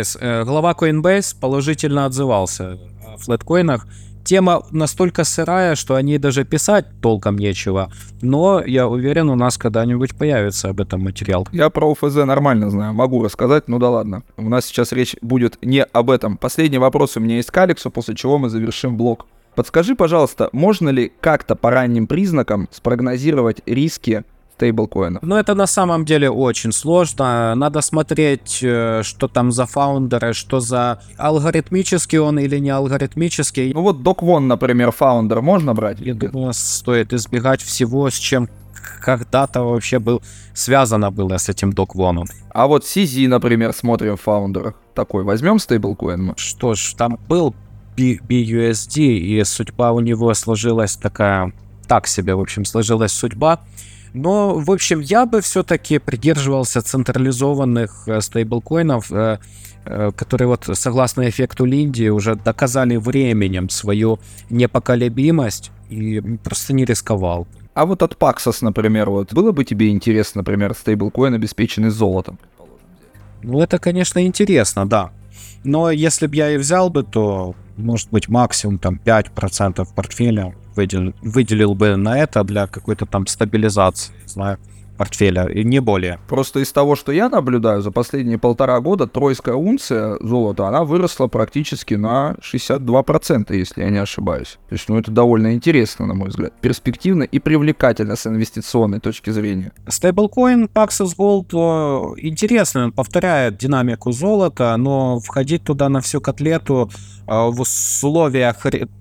Coinbase положительно отзывался о флэткоинах. Тема настолько сырая, что о ней даже писать толком нечего. Но я уверен, у нас когда-нибудь появится об этом материал. Я про ОФЗ нормально знаю, могу рассказать, ну да ладно. У нас сейчас речь будет не об этом. Последний вопрос у меня есть к Алексу, после чего мы завершим блог. Подскажи, пожалуйста, можно ли как-то по ранним признакам спрогнозировать риски стейблкоинов? Но это на самом деле очень сложно. Надо смотреть, что там за фаундеры, что за алгоритмический он или не алгоритмический. Ну вот Doc One, например, фаундер можно брать? Я думаю, стоит избегать всего, с чем когда-то вообще связано было с этим Doc One. А вот CZ, например, смотрим в фаундерах. Такой, возьмем стейблкоин мы? Что ж, там был BUSD, и судьба у него сложилась такая, так себе, в общем, сложилась судьба. Но, в общем, я бы все-таки придерживался централизованных стейблкоинов, которые вот, согласно эффекту Линди, уже доказали временем свою непоколебимость и просто не рисковал. А вот от Paxos, например, вот было бы тебе интересно, например, стейблкоин, обеспеченный золотом? Ну, это, конечно, интересно, да. Но если бы я и взял бы, то, может быть, максимум там 5% портфеля выделил бы на это для какой-то там стабилизации, не знаю, портфеля, и не более. Просто из того, что я наблюдаю, за последние 1,5 года тройская унция золота, она выросла практически на 62%, если я не ошибаюсь. То есть, ну, это довольно интересно, на мой взгляд. Перспективно и привлекательно с инвестиционной точки зрения. Стейблкоин Paxos Gold интересный, он повторяет динамику золота, но входить туда на всю котлету в условиях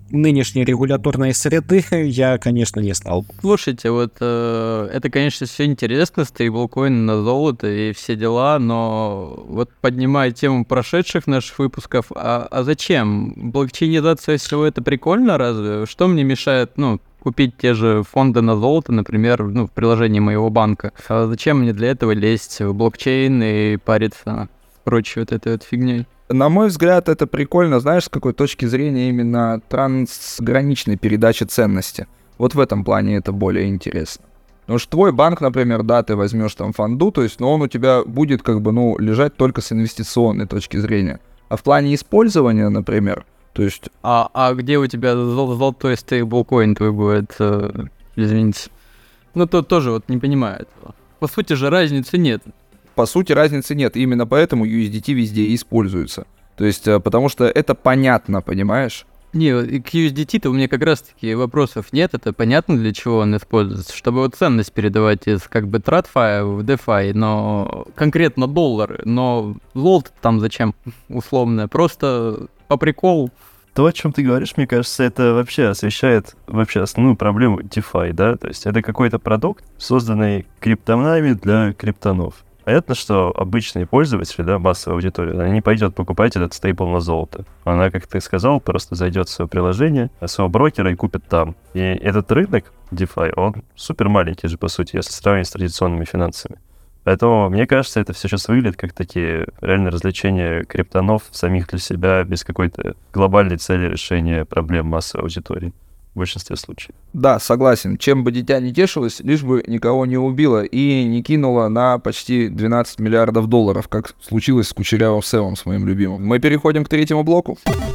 нынешней регуляторной среды я, конечно, не стал. Слушайте, вот это, конечно, все интересно, стейблкоины на золото и все дела, но вот поднимая тему прошедших наших выпусков, а зачем? Блокчейнизация всего это прикольно разве? Что мне мешает, купить те же фонды на золото, например, в приложении моего банка? А зачем мне для этого лезть в блокчейн и париться с прочей вот этой вот фигней? На мой взгляд, это прикольно, знаешь, с какой точки зрения именно трансграничной передачи ценности. Вот в этом плане это более интересно. Потому что твой банк, например, да, ты возьмешь там фонду, то есть, но он у тебя будет лежать только с инвестиционной точки зрения. А в плане использования, например, то есть... А где у тебя золотой стейблкоин твой будет, извините? То тоже вот не понимаю этого. По сути же разницы нет. По сути, разницы нет. Именно поэтому USDT везде используется. То есть, потому что это понятно, понимаешь? Не, к USDT-то у меня как раз-таки вопросов нет. Это понятно, для чего он используется. Чтобы вот ценность передавать из TradFi в DeFi, но конкретно доллары. Но золото там зачем, условно? Просто по приколу. То, о чем ты говоришь, мне кажется, это вообще освещает основную проблему DeFi, да? То есть это какой-то продукт, созданный криптонами для криптонов. Понятно, что обычные пользователи, да, массовая аудитория, она не пойдет покупать этот стейбл на золото. Она, как ты сказал, просто зайдет в свое приложение, своего брокера и купит там. И этот рынок DeFi, он супер маленький же, по сути, если сравнивать с традиционными финансами. Поэтому, мне кажется, это все сейчас выглядит как такие реальные развлечения криптонов самих для себя, без какой-то глобальной цели решения проблем массовой аудитории. В большинстве случаев. Да, согласен. Чем бы дитя не тешилось, лишь бы никого не убило и не кинуло на почти 12 миллиардов долларов, как случилось с Кучерявым Сэмом, с моим любимым. Мы переходим к третьему блоку.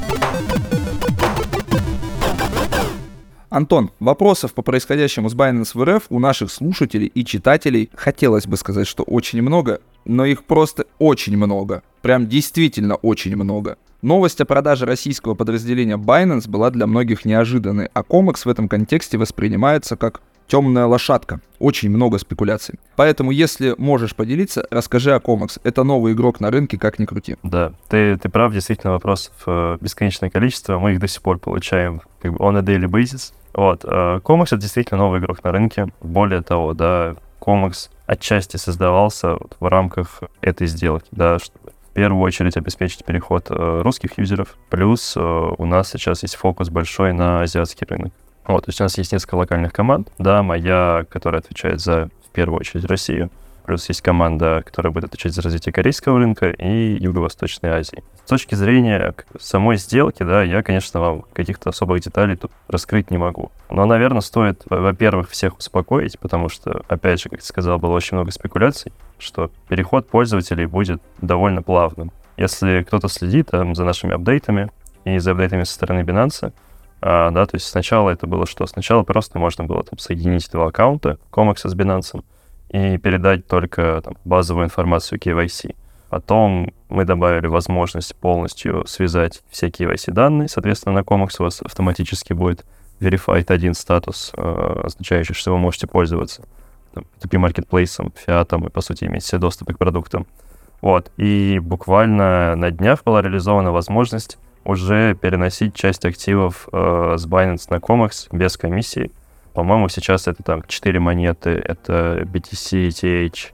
Антон, вопросов по происходящему с Binance в РФ у наших слушателей и читателей хотелось бы сказать, что очень много, но их просто очень много. Прям действительно очень много. Новость о продаже российского подразделения Binance была для многих неожиданной, а COMEX в этом контексте воспринимается как темная лошадка. Очень много спекуляций. Поэтому, если можешь поделиться, расскажи о COMEX. Это новый игрок на рынке, как ни крути. Да, ты прав, действительно, вопросов бесконечное количество. Мы их до сих пор получаем on a daily basis. Вот, COMEX — это действительно новый игрок на рынке. Более того, да, COMEX отчасти создавался в рамках этой сделки, да, чтобы в первую очередь обеспечить переход русских юзеров. Плюс у нас сейчас есть фокус большой на азиатский рынок. Вот, то есть у нас есть несколько локальных команд. Да, моя, которая отвечает за, в первую очередь, Россию. Плюс есть команда, которая будет отвечать за развитие корейского рынка и Юго-Восточной Азии. С точки зрения самой сделки, да, я, конечно, вам каких-то особых деталей тут раскрыть не могу. Но, наверное, стоит, во-первых, всех успокоить, потому что, опять же, как ты сказал, было очень много спекуляций, что переход пользователей будет довольно плавным. Если кто-то следит за нашими апдейтами и за апдейтами со стороны Binance, да, то есть сначала это было что? Сначала просто можно было соединить два аккаунта, COMEX с Binance, и передать только базовую информацию KYC. Потом мы добавили возможность полностью связать все KYC-данные. Соответственно, на COMEX у вас автоматически будет verified один статус, означающий, что вы можете пользоваться маркетплейсом, фиатом и, по сути, иметь все доступы к продуктам. Вот. И буквально на днях была реализована возможность уже переносить часть активов с Binance на COMEX без комиссии. По-моему, сейчас это 4 монеты. Это BTC, ETH,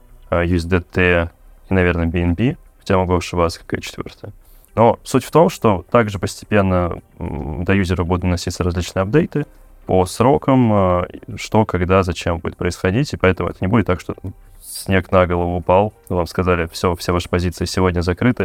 USDT и, наверное, BNB. Хотя могу ошибаться, какая четвертая. Но суть в том, что также постепенно до юзера будут наноситься различные апдейты по срокам, что, когда, зачем будет происходить. И поэтому это не будет так, что снег на голову упал, вам сказали, все ваши позиции сегодня закрыты,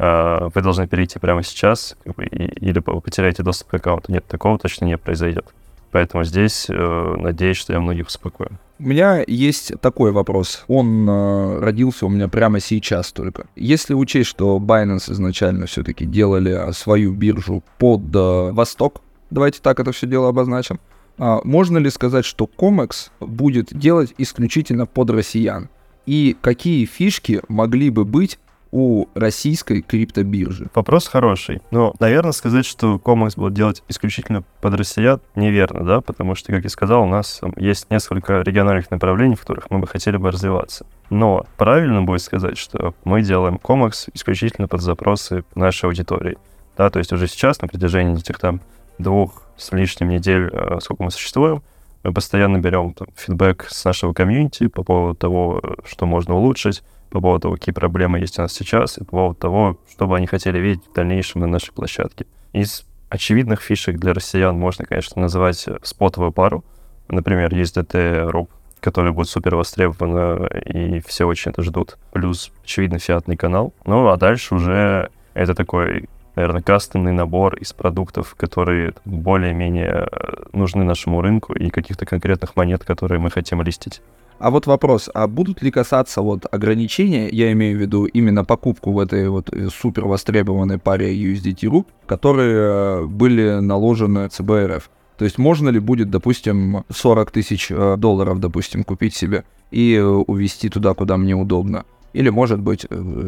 вы должны перейти прямо сейчас, или вы потеряете доступ к аккаунту. Нет, такого точно не произойдет. Поэтому здесь надеюсь, что я многих успокою. У меня есть такой вопрос. Он родился у меня прямо сейчас только. Если учесть, что Binance изначально все-таки делали свою биржу под Восток, давайте так это все дело обозначим, можно ли сказать, что COMEX будет делать исключительно под россиян? И какие фишки могли бы быть у российской криптобиржи? Вопрос хороший. Но, наверное, сказать, что COMEX будет делать исключительно под россиян, неверно, да, потому что, как я сказал, у нас есть несколько региональных направлений, в которых мы бы хотели бы развиваться. Но правильно будет сказать, что мы делаем COMEX исключительно под запросы нашей аудитории. Да, то есть уже сейчас, на протяжении этих 2 с лишним недель, сколько мы существуем, мы постоянно берем фидбэк с нашего комьюнити по поводу того, что можно улучшить, по поводу того, какие проблемы есть у нас сейчас, и по поводу того, что бы они хотели видеть в дальнейшем на нашей площадке. Из очевидных фишек для россиян можно, конечно, называть спотовую пару. Например, есть DT-RUB, который будет супер востребован, и все очень это ждут. Плюс, очевидно, фиатный канал. Ну, а дальше уже это такой, наверное, кастомный набор из продуктов, которые более-менее нужны нашему рынку, и каких-то конкретных монет, которые мы хотим листить. А вот вопрос, а будут ли касаться вот ограничения, я имею в виду именно покупку в этой вот супер востребованной паре USDT-RUB, которые были наложены ЦБ РФ? То есть можно ли будет, допустим, 40 тысяч долларов, допустим, купить себе и увезти туда, куда мне удобно? Или, может быть,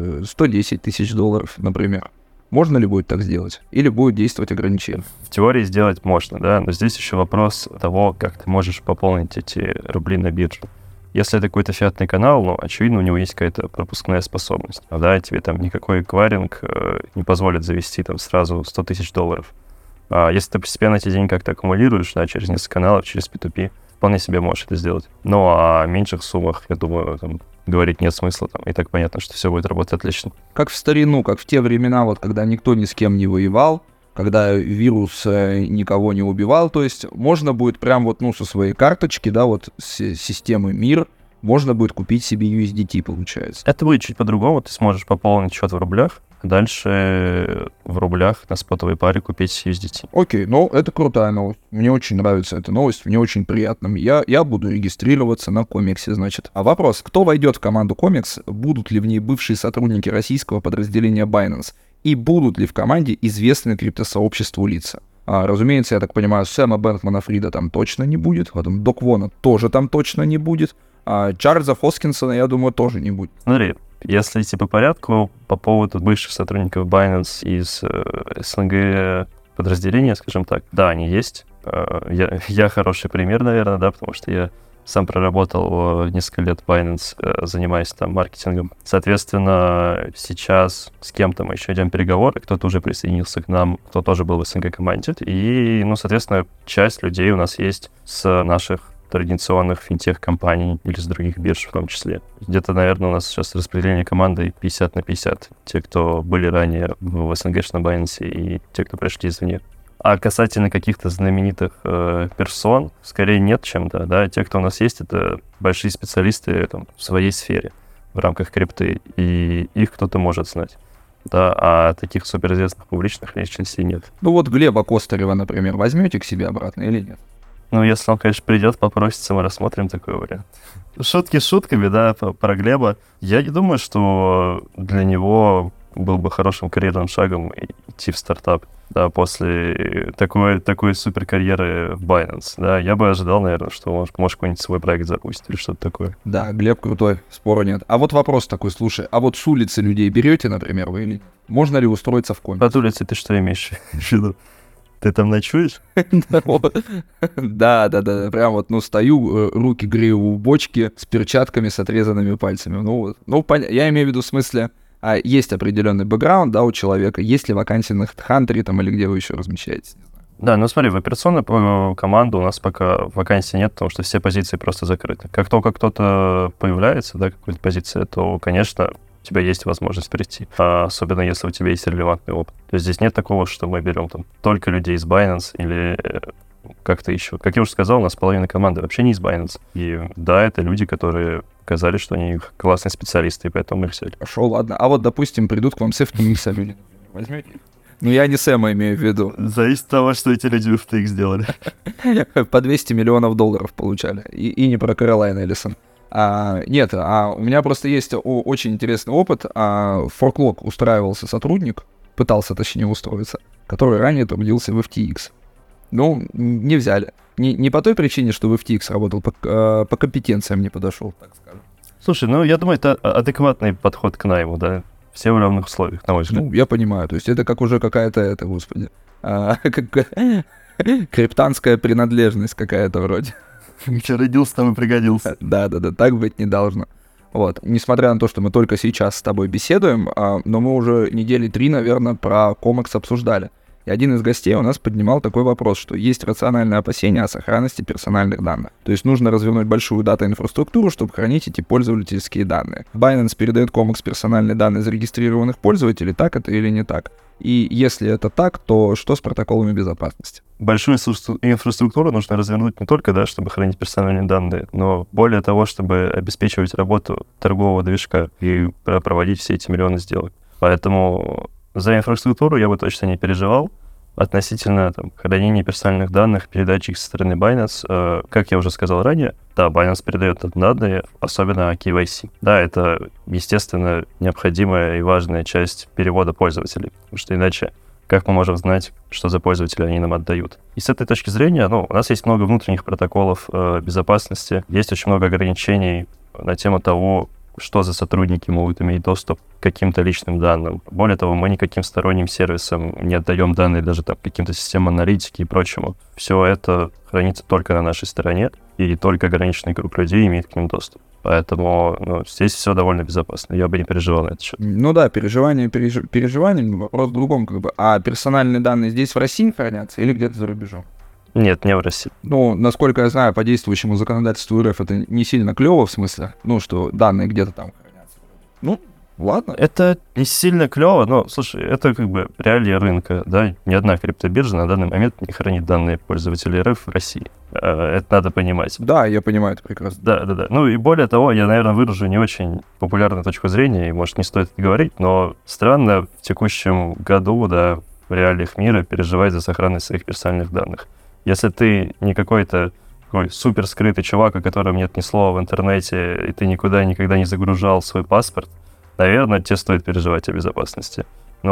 110 тысяч долларов, например. Можно ли будет так сделать? Или будет действовать ограничение? В теории сделать можно, да, но здесь еще вопрос того, как ты можешь пополнить эти рубли на бирже. Если это какой-то фиатный канал, ну, очевидно, у него есть какая-то пропускная способность. А да, тебе там никакой эквайринг не позволит завести там сразу 100 тысяч долларов. А если ты постепенно эти деньги как-то аккумулируешь, да, через несколько каналов, через P2P, вполне себе можешь это сделать. Но о меньших суммах, я думаю, там, говорить нет смысла, там, и так понятно, что все будет работать отлично. Как в старину, как в те времена, вот, когда никто ни с кем не воевал, когда вирус никого не убивал, то есть можно будет прям вот, ну, со своей карточки, да, вот с системы МИР, можно будет купить себе USDT, получается. Это будет чуть по-другому, ты сможешь пополнить счет в рублях, а дальше в рублях на спотовой паре купить USDT. Окей, ну это крутая новость. Мне очень нравится эта новость, мне очень приятно. Я буду регистрироваться на Комексе, значит. А вопрос, кто войдет в команду Комекс, будут ли в ней бывшие сотрудники российского подразделения Binance, и будут ли в команде известные криптосообществу лица? Разумеется, я так понимаю, Сэма Бэнкмана-Фрида там точно не будет, потом Док Вона тоже там точно не будет, а Чарльза Хоскинсона, я думаю, тоже не будет. Смотри, если идти по порядку, по поводу бывших сотрудников Binance из СНГ подразделения, скажем так, да, они есть. Я хороший пример, наверное, да, потому что я сам проработал несколько лет в Binance, занимаясь там маркетингом. Соответственно, сейчас с кем-то мы еще идем переговоры, кто-то уже присоединился к нам, кто тоже был в СНГ команде. И, ну, соответственно, часть людей у нас есть с наших традиционных финтех-компаний или с других бирж в том числе. Где-то, наверное, у нас сейчас распределение команды 50 на 50. Те, кто были ранее в СНГшном Binance, и те, кто пришли извне. А касательно каких-то знаменитых персон, скорее нет, чем да, да. Те, кто у нас есть, это большие специалисты там, в своей сфере в рамках крипты, и их кто-то может знать. Да, а таких суперизвестных публичных личностей нет. Ну вот Глеба Костарева, например, возьмете к себе обратно или нет? Ну, если он, конечно, придет, попросится, мы рассмотрим такой вариант. Шутки шутками, да, про Глеба. Я не думаю, что для него был бы хорошим карьерным шагом идти в стартап, да, после такой суперкарьеры в Binance, да. Я бы ожидал, наверное, что он может какой-нибудь свой проект запустить или что-то такое. Да, Глеб крутой, спора нет. А вот вопрос такой, слушай, а вот с улицы людей берете, например, вы или нет? Можно ли устроиться в Комекс? От улицы ты что имеешь в виду? Ты там ночуешь? Да, прям вот, ну, стою, руки грею в бочке с перчатками, с отрезанными пальцами. Ну, я имею в виду в смысле, есть определенный бэкграунд, да, у человека, есть ли вакансии на HeadHunter там или где вы еще размещаетесь? Да, ну смотри, в операционную команду у нас пока вакансий нет, потому что все позиции просто закрыты. Как только кто-то появляется, да, какая-то позиция, то, конечно, у тебя есть возможность прийти, особенно если у тебя есть релевантный опыт. То есть здесь нет такого, что мы берем там только людей из Binance или как-то еще. Как я уже сказал, у нас половина команды вообще не из Binance. И да, это люди, которые показали, что они классные специалисты, и поэтому мы их взяли. Хорошо, ладно. А вот, допустим, придут к вам с FTX, возьмете? Ну, я не Сэма имею в виду. Зависит от того, что эти люди в FTX сделали. По 200 миллионов долларов получали. И не про Кэролайн Эллисон. Нет, у меня просто есть очень интересный опыт. В ForkLog устраивался сотрудник, пытался, точнее, устроиться, который ранее трудился в FTX. Ну, не взяли. Не по той причине, что в FTX работал, по компетенциям не подошел, так скажем. Слушай, ну, я думаю, это адекватный подход к найму, да? Все в равных условиях, на мой взгляд. Ну, я понимаю, то есть это как уже какая-то, криптанская принадлежность какая-то вроде. Где родился, там и пригодился. Да, так быть не должно. Вот, несмотря на то, что мы только сейчас с тобой беседуем, но мы уже недели 3, наверное, про Комекс обсуждали. И один из гостей у нас поднимал такой вопрос, что есть рациональное опасение о сохранности персональных данных. То есть нужно развернуть большую дата-инфраструктуру, чтобы хранить эти пользовательские данные. Binance передает COMEX персональные данные зарегистрированных пользователей, так это или не так? И если это так, то что с протоколами безопасности? Большую инфраструктуру нужно развернуть не только, да, чтобы хранить персональные данные, но более того, чтобы обеспечивать работу торгового движка и проводить все эти миллионы сделок. Поэтому за инфраструктуру я бы точно не переживал. Относительно хранения персональных данных, передачи их со стороны Binance, как я уже сказал ранее, да, Binance передает данные, особенно KYC. Да, это, естественно, необходимая и важная часть перевода пользователей, потому что иначе как мы можем знать, что за пользователи они нам отдают. И с этой точки зрения, у нас есть много внутренних протоколов безопасности, есть очень много ограничений на тему того, что за сотрудники могут иметь доступ к каким-то личным данным. Более того, мы никаким сторонним сервисам не отдаем данные даже каким-то системам аналитики и прочему. Все это хранится только на нашей стороне, и только ограниченный круг людей имеет к ним доступ. Поэтому здесь все довольно безопасно. Я бы не переживал на этот счет. Ну да, переживаниями, вопрос в другом А персональные данные здесь в России хранятся или где-то за рубежом? Нет, не в России. Насколько я знаю, по действующему законодательству РФ это не сильно клево, в смысле, что данные где-то там хранятся. Ладно. Это не сильно клево, но, слушай, это реалии рынка, да? Ни одна криптобиржа на данный момент не хранит данные пользователей РФ в России. Это надо понимать. Да, я понимаю это прекрасно. Да. И более того, я, наверное, выражу не очень популярную точку зрения, и, может, не стоит это говорить, но странно в текущем году, да, в реалиях мира переживать за сохранность своих персональных данных. Если ты не какой-то такой супер скрытый чувак, о котором нет ни слова в интернете, и ты никуда никогда не загружал свой паспорт, наверное, тебе стоит переживать о безопасности.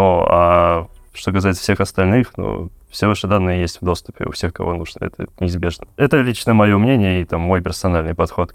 А что касается всех остальных, все ваши данные есть в доступе у всех, кого нужно. Это неизбежно. Это лично мое мнение и мой персональный подход,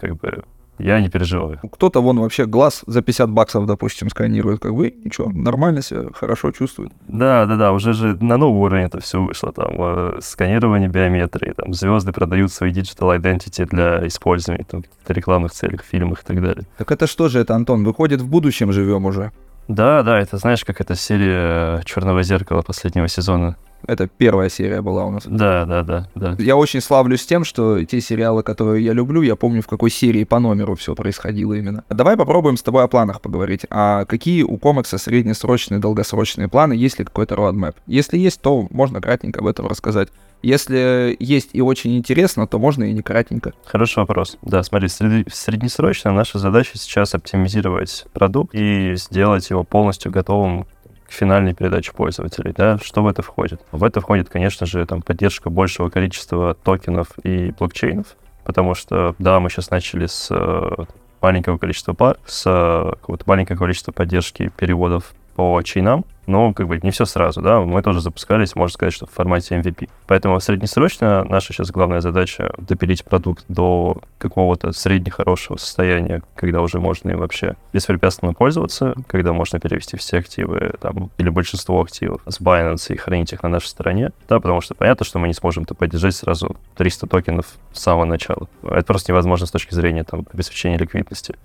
я не переживаю. Кто-то вообще глаз за $50, допустим, сканирует, ничего, нормально себя, хорошо чувствует. Да, уже же на новый уровень это все вышло, сканирование биометрии, звезды продают свои digital identity для использования в каких-то рекламных целях, фильмах и так далее. Так это что же это, Антон, выходит, в будущем живем уже? Да, это знаешь, как эта серия «Черного зеркала» последнего сезона. Это первая серия была у нас. Да. Я очень славлюсь тем, что те сериалы, которые я люблю, я помню, в какой серии по номеру все происходило именно. Давай попробуем с тобой о планах поговорить. А какие у COMEX среднесрочные, долгосрочные планы? Есть ли какой-то roadmap? Если есть, то можно кратенько об этом рассказать. Если есть и очень интересно, то можно и не кратенько. Хороший вопрос. Да, смотри, среднесрочно наша задача сейчас оптимизировать продукт и сделать его полностью готовым к финальной передаче пользователей, да, что в это входит? В это входит, конечно же, поддержка большего количества токенов и блокчейнов, потому что, да, мы сейчас начали с маленького количества пар, с какого-то маленького количества поддержки переводов по чейнам, но не все сразу, да, мы тоже запускались, можно сказать, что в формате MVP. Поэтому среднесрочно наша сейчас главная задача допилить продукт до какого-то средне-хорошего состояния, когда уже можно им вообще беспрепятственно пользоваться, когда можно перевести все активы или большинство активов с Binance и хранить их на нашей стороне, да, потому что понятно, что мы не сможем поддержать сразу 300 токенов с самого начала. Это просто невозможно с точки зрения обеспечения ликвидности.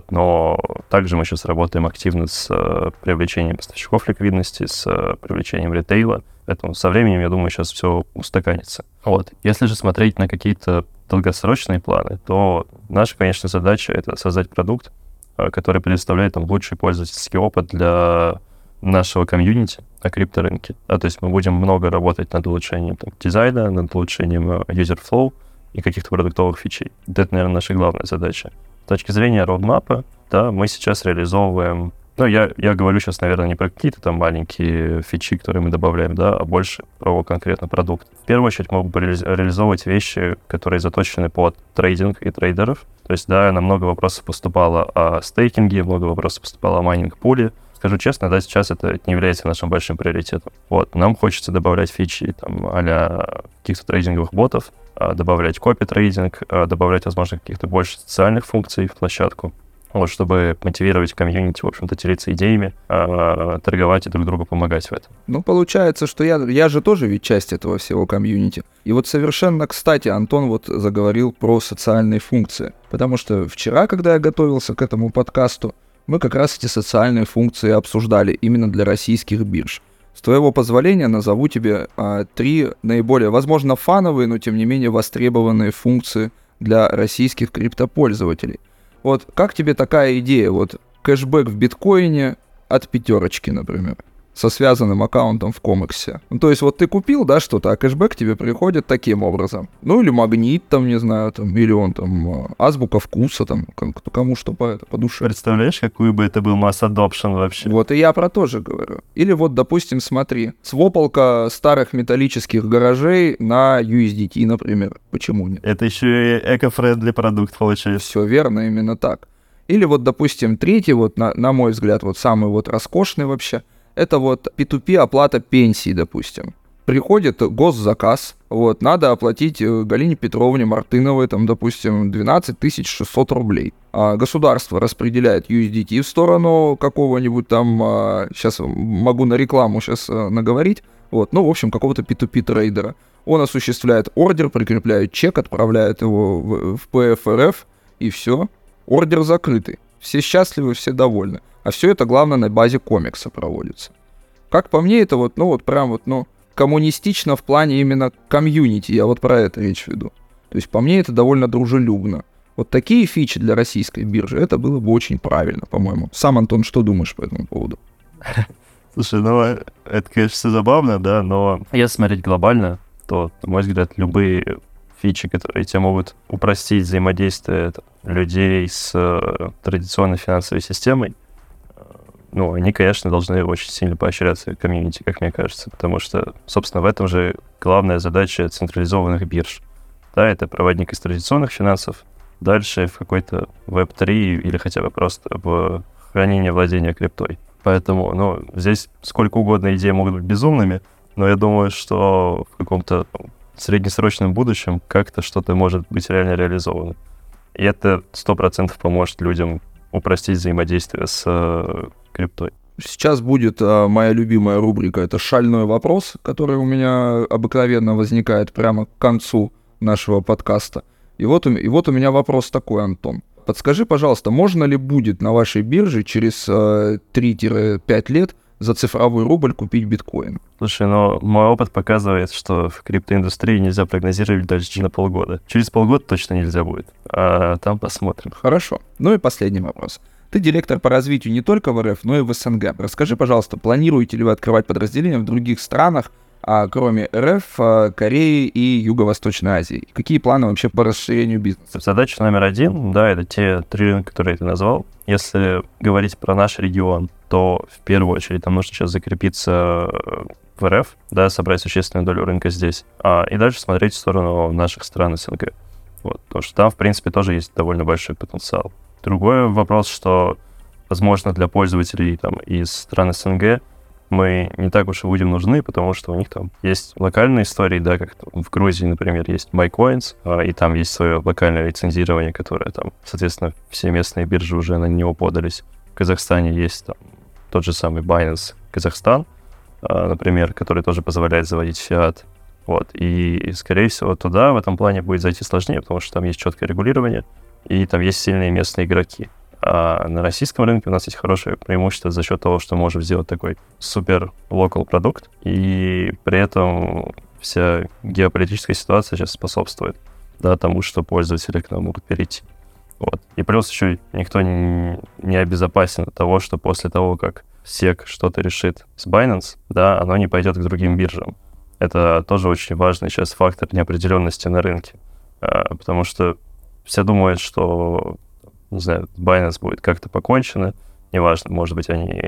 Но также мы сейчас работаем активно с привлечением поставщиков ликвидности, с привлечением ритейла. Поэтому со временем, я думаю, сейчас все устаканится. Если же смотреть на какие-то долгосрочные планы, то наша, конечно, задача — это создать продукт, который предоставляет лучший пользовательский опыт для нашего комьюнити на крипторынке. То есть мы будем много работать над улучшением дизайна, над улучшением user flow и каких-то продуктовых фичей. Это, наверное, наша главная задача. С точки зрения роудмапа, да, мы сейчас реализовываем... Я говорю сейчас, наверное, не про какие-то маленькие фичи, которые мы добавляем, да, а больше про конкретно продукт. В первую очередь мы будем реализовывать вещи, которые заточены под трейдинг и трейдеров. То есть, да, нам много вопросов поступало о стейкинге, много вопросов поступало о майнинг-пуле. Скажу честно, да, сейчас это не является нашим большим приоритетом. Нам хочется добавлять фичи а-ля каких-то трейдинговых ботов, добавлять копи-трейдинг, добавлять, возможно, каких-то больше социальных функций в площадку, чтобы мотивировать комьюнити, в общем-то, делиться идеями, торговать и друг другу помогать в этом. Получается, что я же тоже ведь часть этого всего комьюнити. И совершенно, кстати, Антон заговорил про социальные функции. Потому что вчера, когда я готовился к этому подкасту, мы как раз эти социальные функции обсуждали именно для российских бирж. С твоего позволения назову тебе 3 наиболее, возможно, фановые, но тем не менее востребованные функции для российских криптопользователей. Вот как тебе такая идея? Вот кэшбэк в биткоине от 5, например, со связанным аккаунтом в Комексе. Ну, то есть вот ты купил, да, что-то, а кэшбэк тебе приходит таким образом. Ну, или Магнит, там, не знаю, там, или он там, Азбука Вкуса, там, кому что по душе. Представляешь, какой бы это был масс adoption вообще? Вот и я про то же говорю. Или вот, допустим, смотри, свопалка старых металлических гаражей на USDT, например. Почему нет? Это еще и эко-френдли продукт получается. Все верно, именно так. Или вот, допустим, третий, вот, на мой взгляд, вот самый вот роскошный вообще, это вот P2P оплата пенсии, допустим. Приходит госзаказ, вот, надо оплатить Галине Петровне Мартыновой, там, допустим, 12 600 рублей. А государство распределяет USDT в сторону какого-нибудь там, сейчас могу на рекламу сейчас наговорить, вот, ну, в общем, какого-то P2P трейдера. Он осуществляет ордер, прикрепляет чек, отправляет его в PFRF, и все, ордер закрытый. Все счастливы, все довольны. А все это, главное, на базе комикса проводится. Как по мне, это вот, ну, вот прям вот, ну, коммунистично в плане именно комьюнити, я вот про это речь веду. То есть, по мне, это довольно дружелюбно. Вот такие фичи для российской биржи, это было бы очень правильно, по-моему. Сам, Антон, что думаешь по этому поводу? Слушай, ну, это, конечно, все забавно, да, но если смотреть глобально, то, на мой взгляд, любые фичи, которые тебе могут упростить взаимодействие людей с традиционной финансовой системой, ну, они, конечно, должны очень сильно поощряться комьюнити, как мне кажется, потому что, собственно, в этом же главная задача централизованных бирж. Да, это проводник из традиционных финансов, дальше в какой-то Web3 или хотя бы просто в хранение владения криптой. Поэтому, ну, здесь сколько угодно идей могут быть безумными, но я думаю, что в каком-то среднесрочном будущем как-то что-то может быть реально реализовано. И это 100% поможет людям упростить взаимодействие с криптой. Сейчас будет моя любимая рубрика, это шальной вопрос, который у меня обыкновенно возникает прямо к концу нашего подкаста. И вот у меня вопрос такой, Антон. Подскажи, пожалуйста, можно ли будет на вашей бирже через 3-5 лет за цифровой рубль купить биткоин? Слушай, ну, мой опыт показывает, что в криптоиндустрии нельзя прогнозировать дальше на полгода. Через полгода точно нельзя будет, а там посмотрим. Хорошо. Ну и последний вопрос. Ты директор по развитию не только в РФ, но и в СНГ. Расскажи, пожалуйста, планируете ли вы открывать подразделения в других странах, кроме РФ, Кореи и Юго-Восточной Азии? Какие планы вообще по расширению бизнеса? Задача номер 1, да, это те 3 рынка, которые ты назвал. Если говорить про наш регион, то в первую очередь нам нужно сейчас закрепиться в РФ, да, собрать существенную долю рынка здесь, и дальше смотреть в сторону наших стран СНГ. Вот, потому что там, в принципе, тоже есть довольно большой потенциал. Другой вопрос, что, возможно, для пользователей там, из стран СНГ мы не так уж и будем нужны, потому что у них там есть локальные истории, да, как в Грузии, например, есть MyCoins, и там есть свое локальное лицензирование, которое там, соответственно, все местные биржи уже на него подались. В Казахстане есть там тот же самый Binance Казахстан, например, который тоже позволяет заводить фиат. Вот, и, скорее всего, туда в этом плане будет зайти сложнее, потому что там есть четкое регулирование, и там есть сильные местные игроки. А на российском рынке у нас есть хорошее преимущество за счет того, что мы можем сделать такой супер локал продукт, и при этом вся геополитическая ситуация сейчас способствует, да, тому, что пользователи к нам могут перейти. Вот. И плюс еще никто не обезопасен от того, что после того, как SEC что-то решит с Binance, да, оно не пойдет к другим биржам. Это тоже очень важный сейчас фактор неопределенности на рынке, потому что все думают, что, не знаю, Binance будет как-то покончено, неважно, может быть, они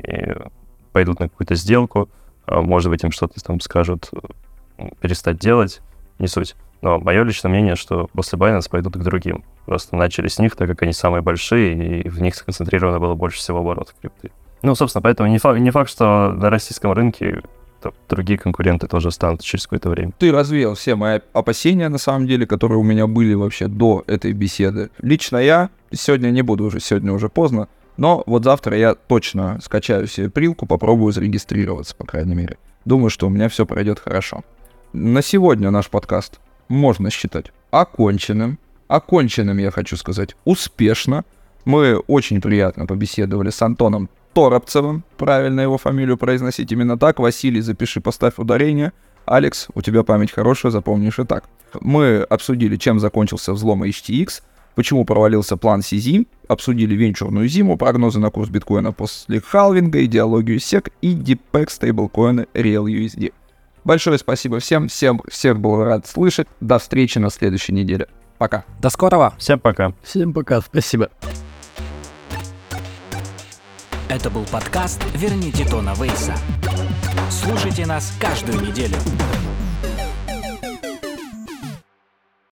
пойдут на какую-то сделку, может быть, им что-то там скажут перестать делать, не суть. Но мое личное мнение, что после Binance пойдут к другим. Просто начали с них, так как они самые большие, и в них сконцентрировано было больше всего оборотов крипты. Ну, собственно, поэтому не факт, что на российском рынке другие конкуренты тоже останутся через какое-то время. Ты развеял все мои опасения, на самом деле, которые у меня были вообще до этой беседы. Лично я сегодня не буду уже, сегодня уже поздно, но вот завтра я точно скачаю себе прилку, попробую зарегистрироваться, по крайней мере. Думаю, что у меня все пройдет хорошо. На сегодня наш подкаст можно считать оконченным. Оконченным, я хочу сказать, успешно. Мы очень приятно побеседовали с Антоном Торопцевым, правильно его фамилию произносить именно так. Василий, запиши, поставь ударение. Алекс, у тебя память хорошая, запомнишь и так. Мы обсудили, чем закончился взлом HTX, почему провалился план CZ, обсудили венчурную зиму, прогнозы на курс биткоина после халвинга, идеологию SEC и DeepEx стейблкоина RealUSD. Большое спасибо всем, всех был рад слышать. До встречи на следующей неделе. Пока. До скорого. Всем пока. Всем пока, спасибо. Это был подкаст «Верните Тона Вейса». Слушайте нас каждую неделю.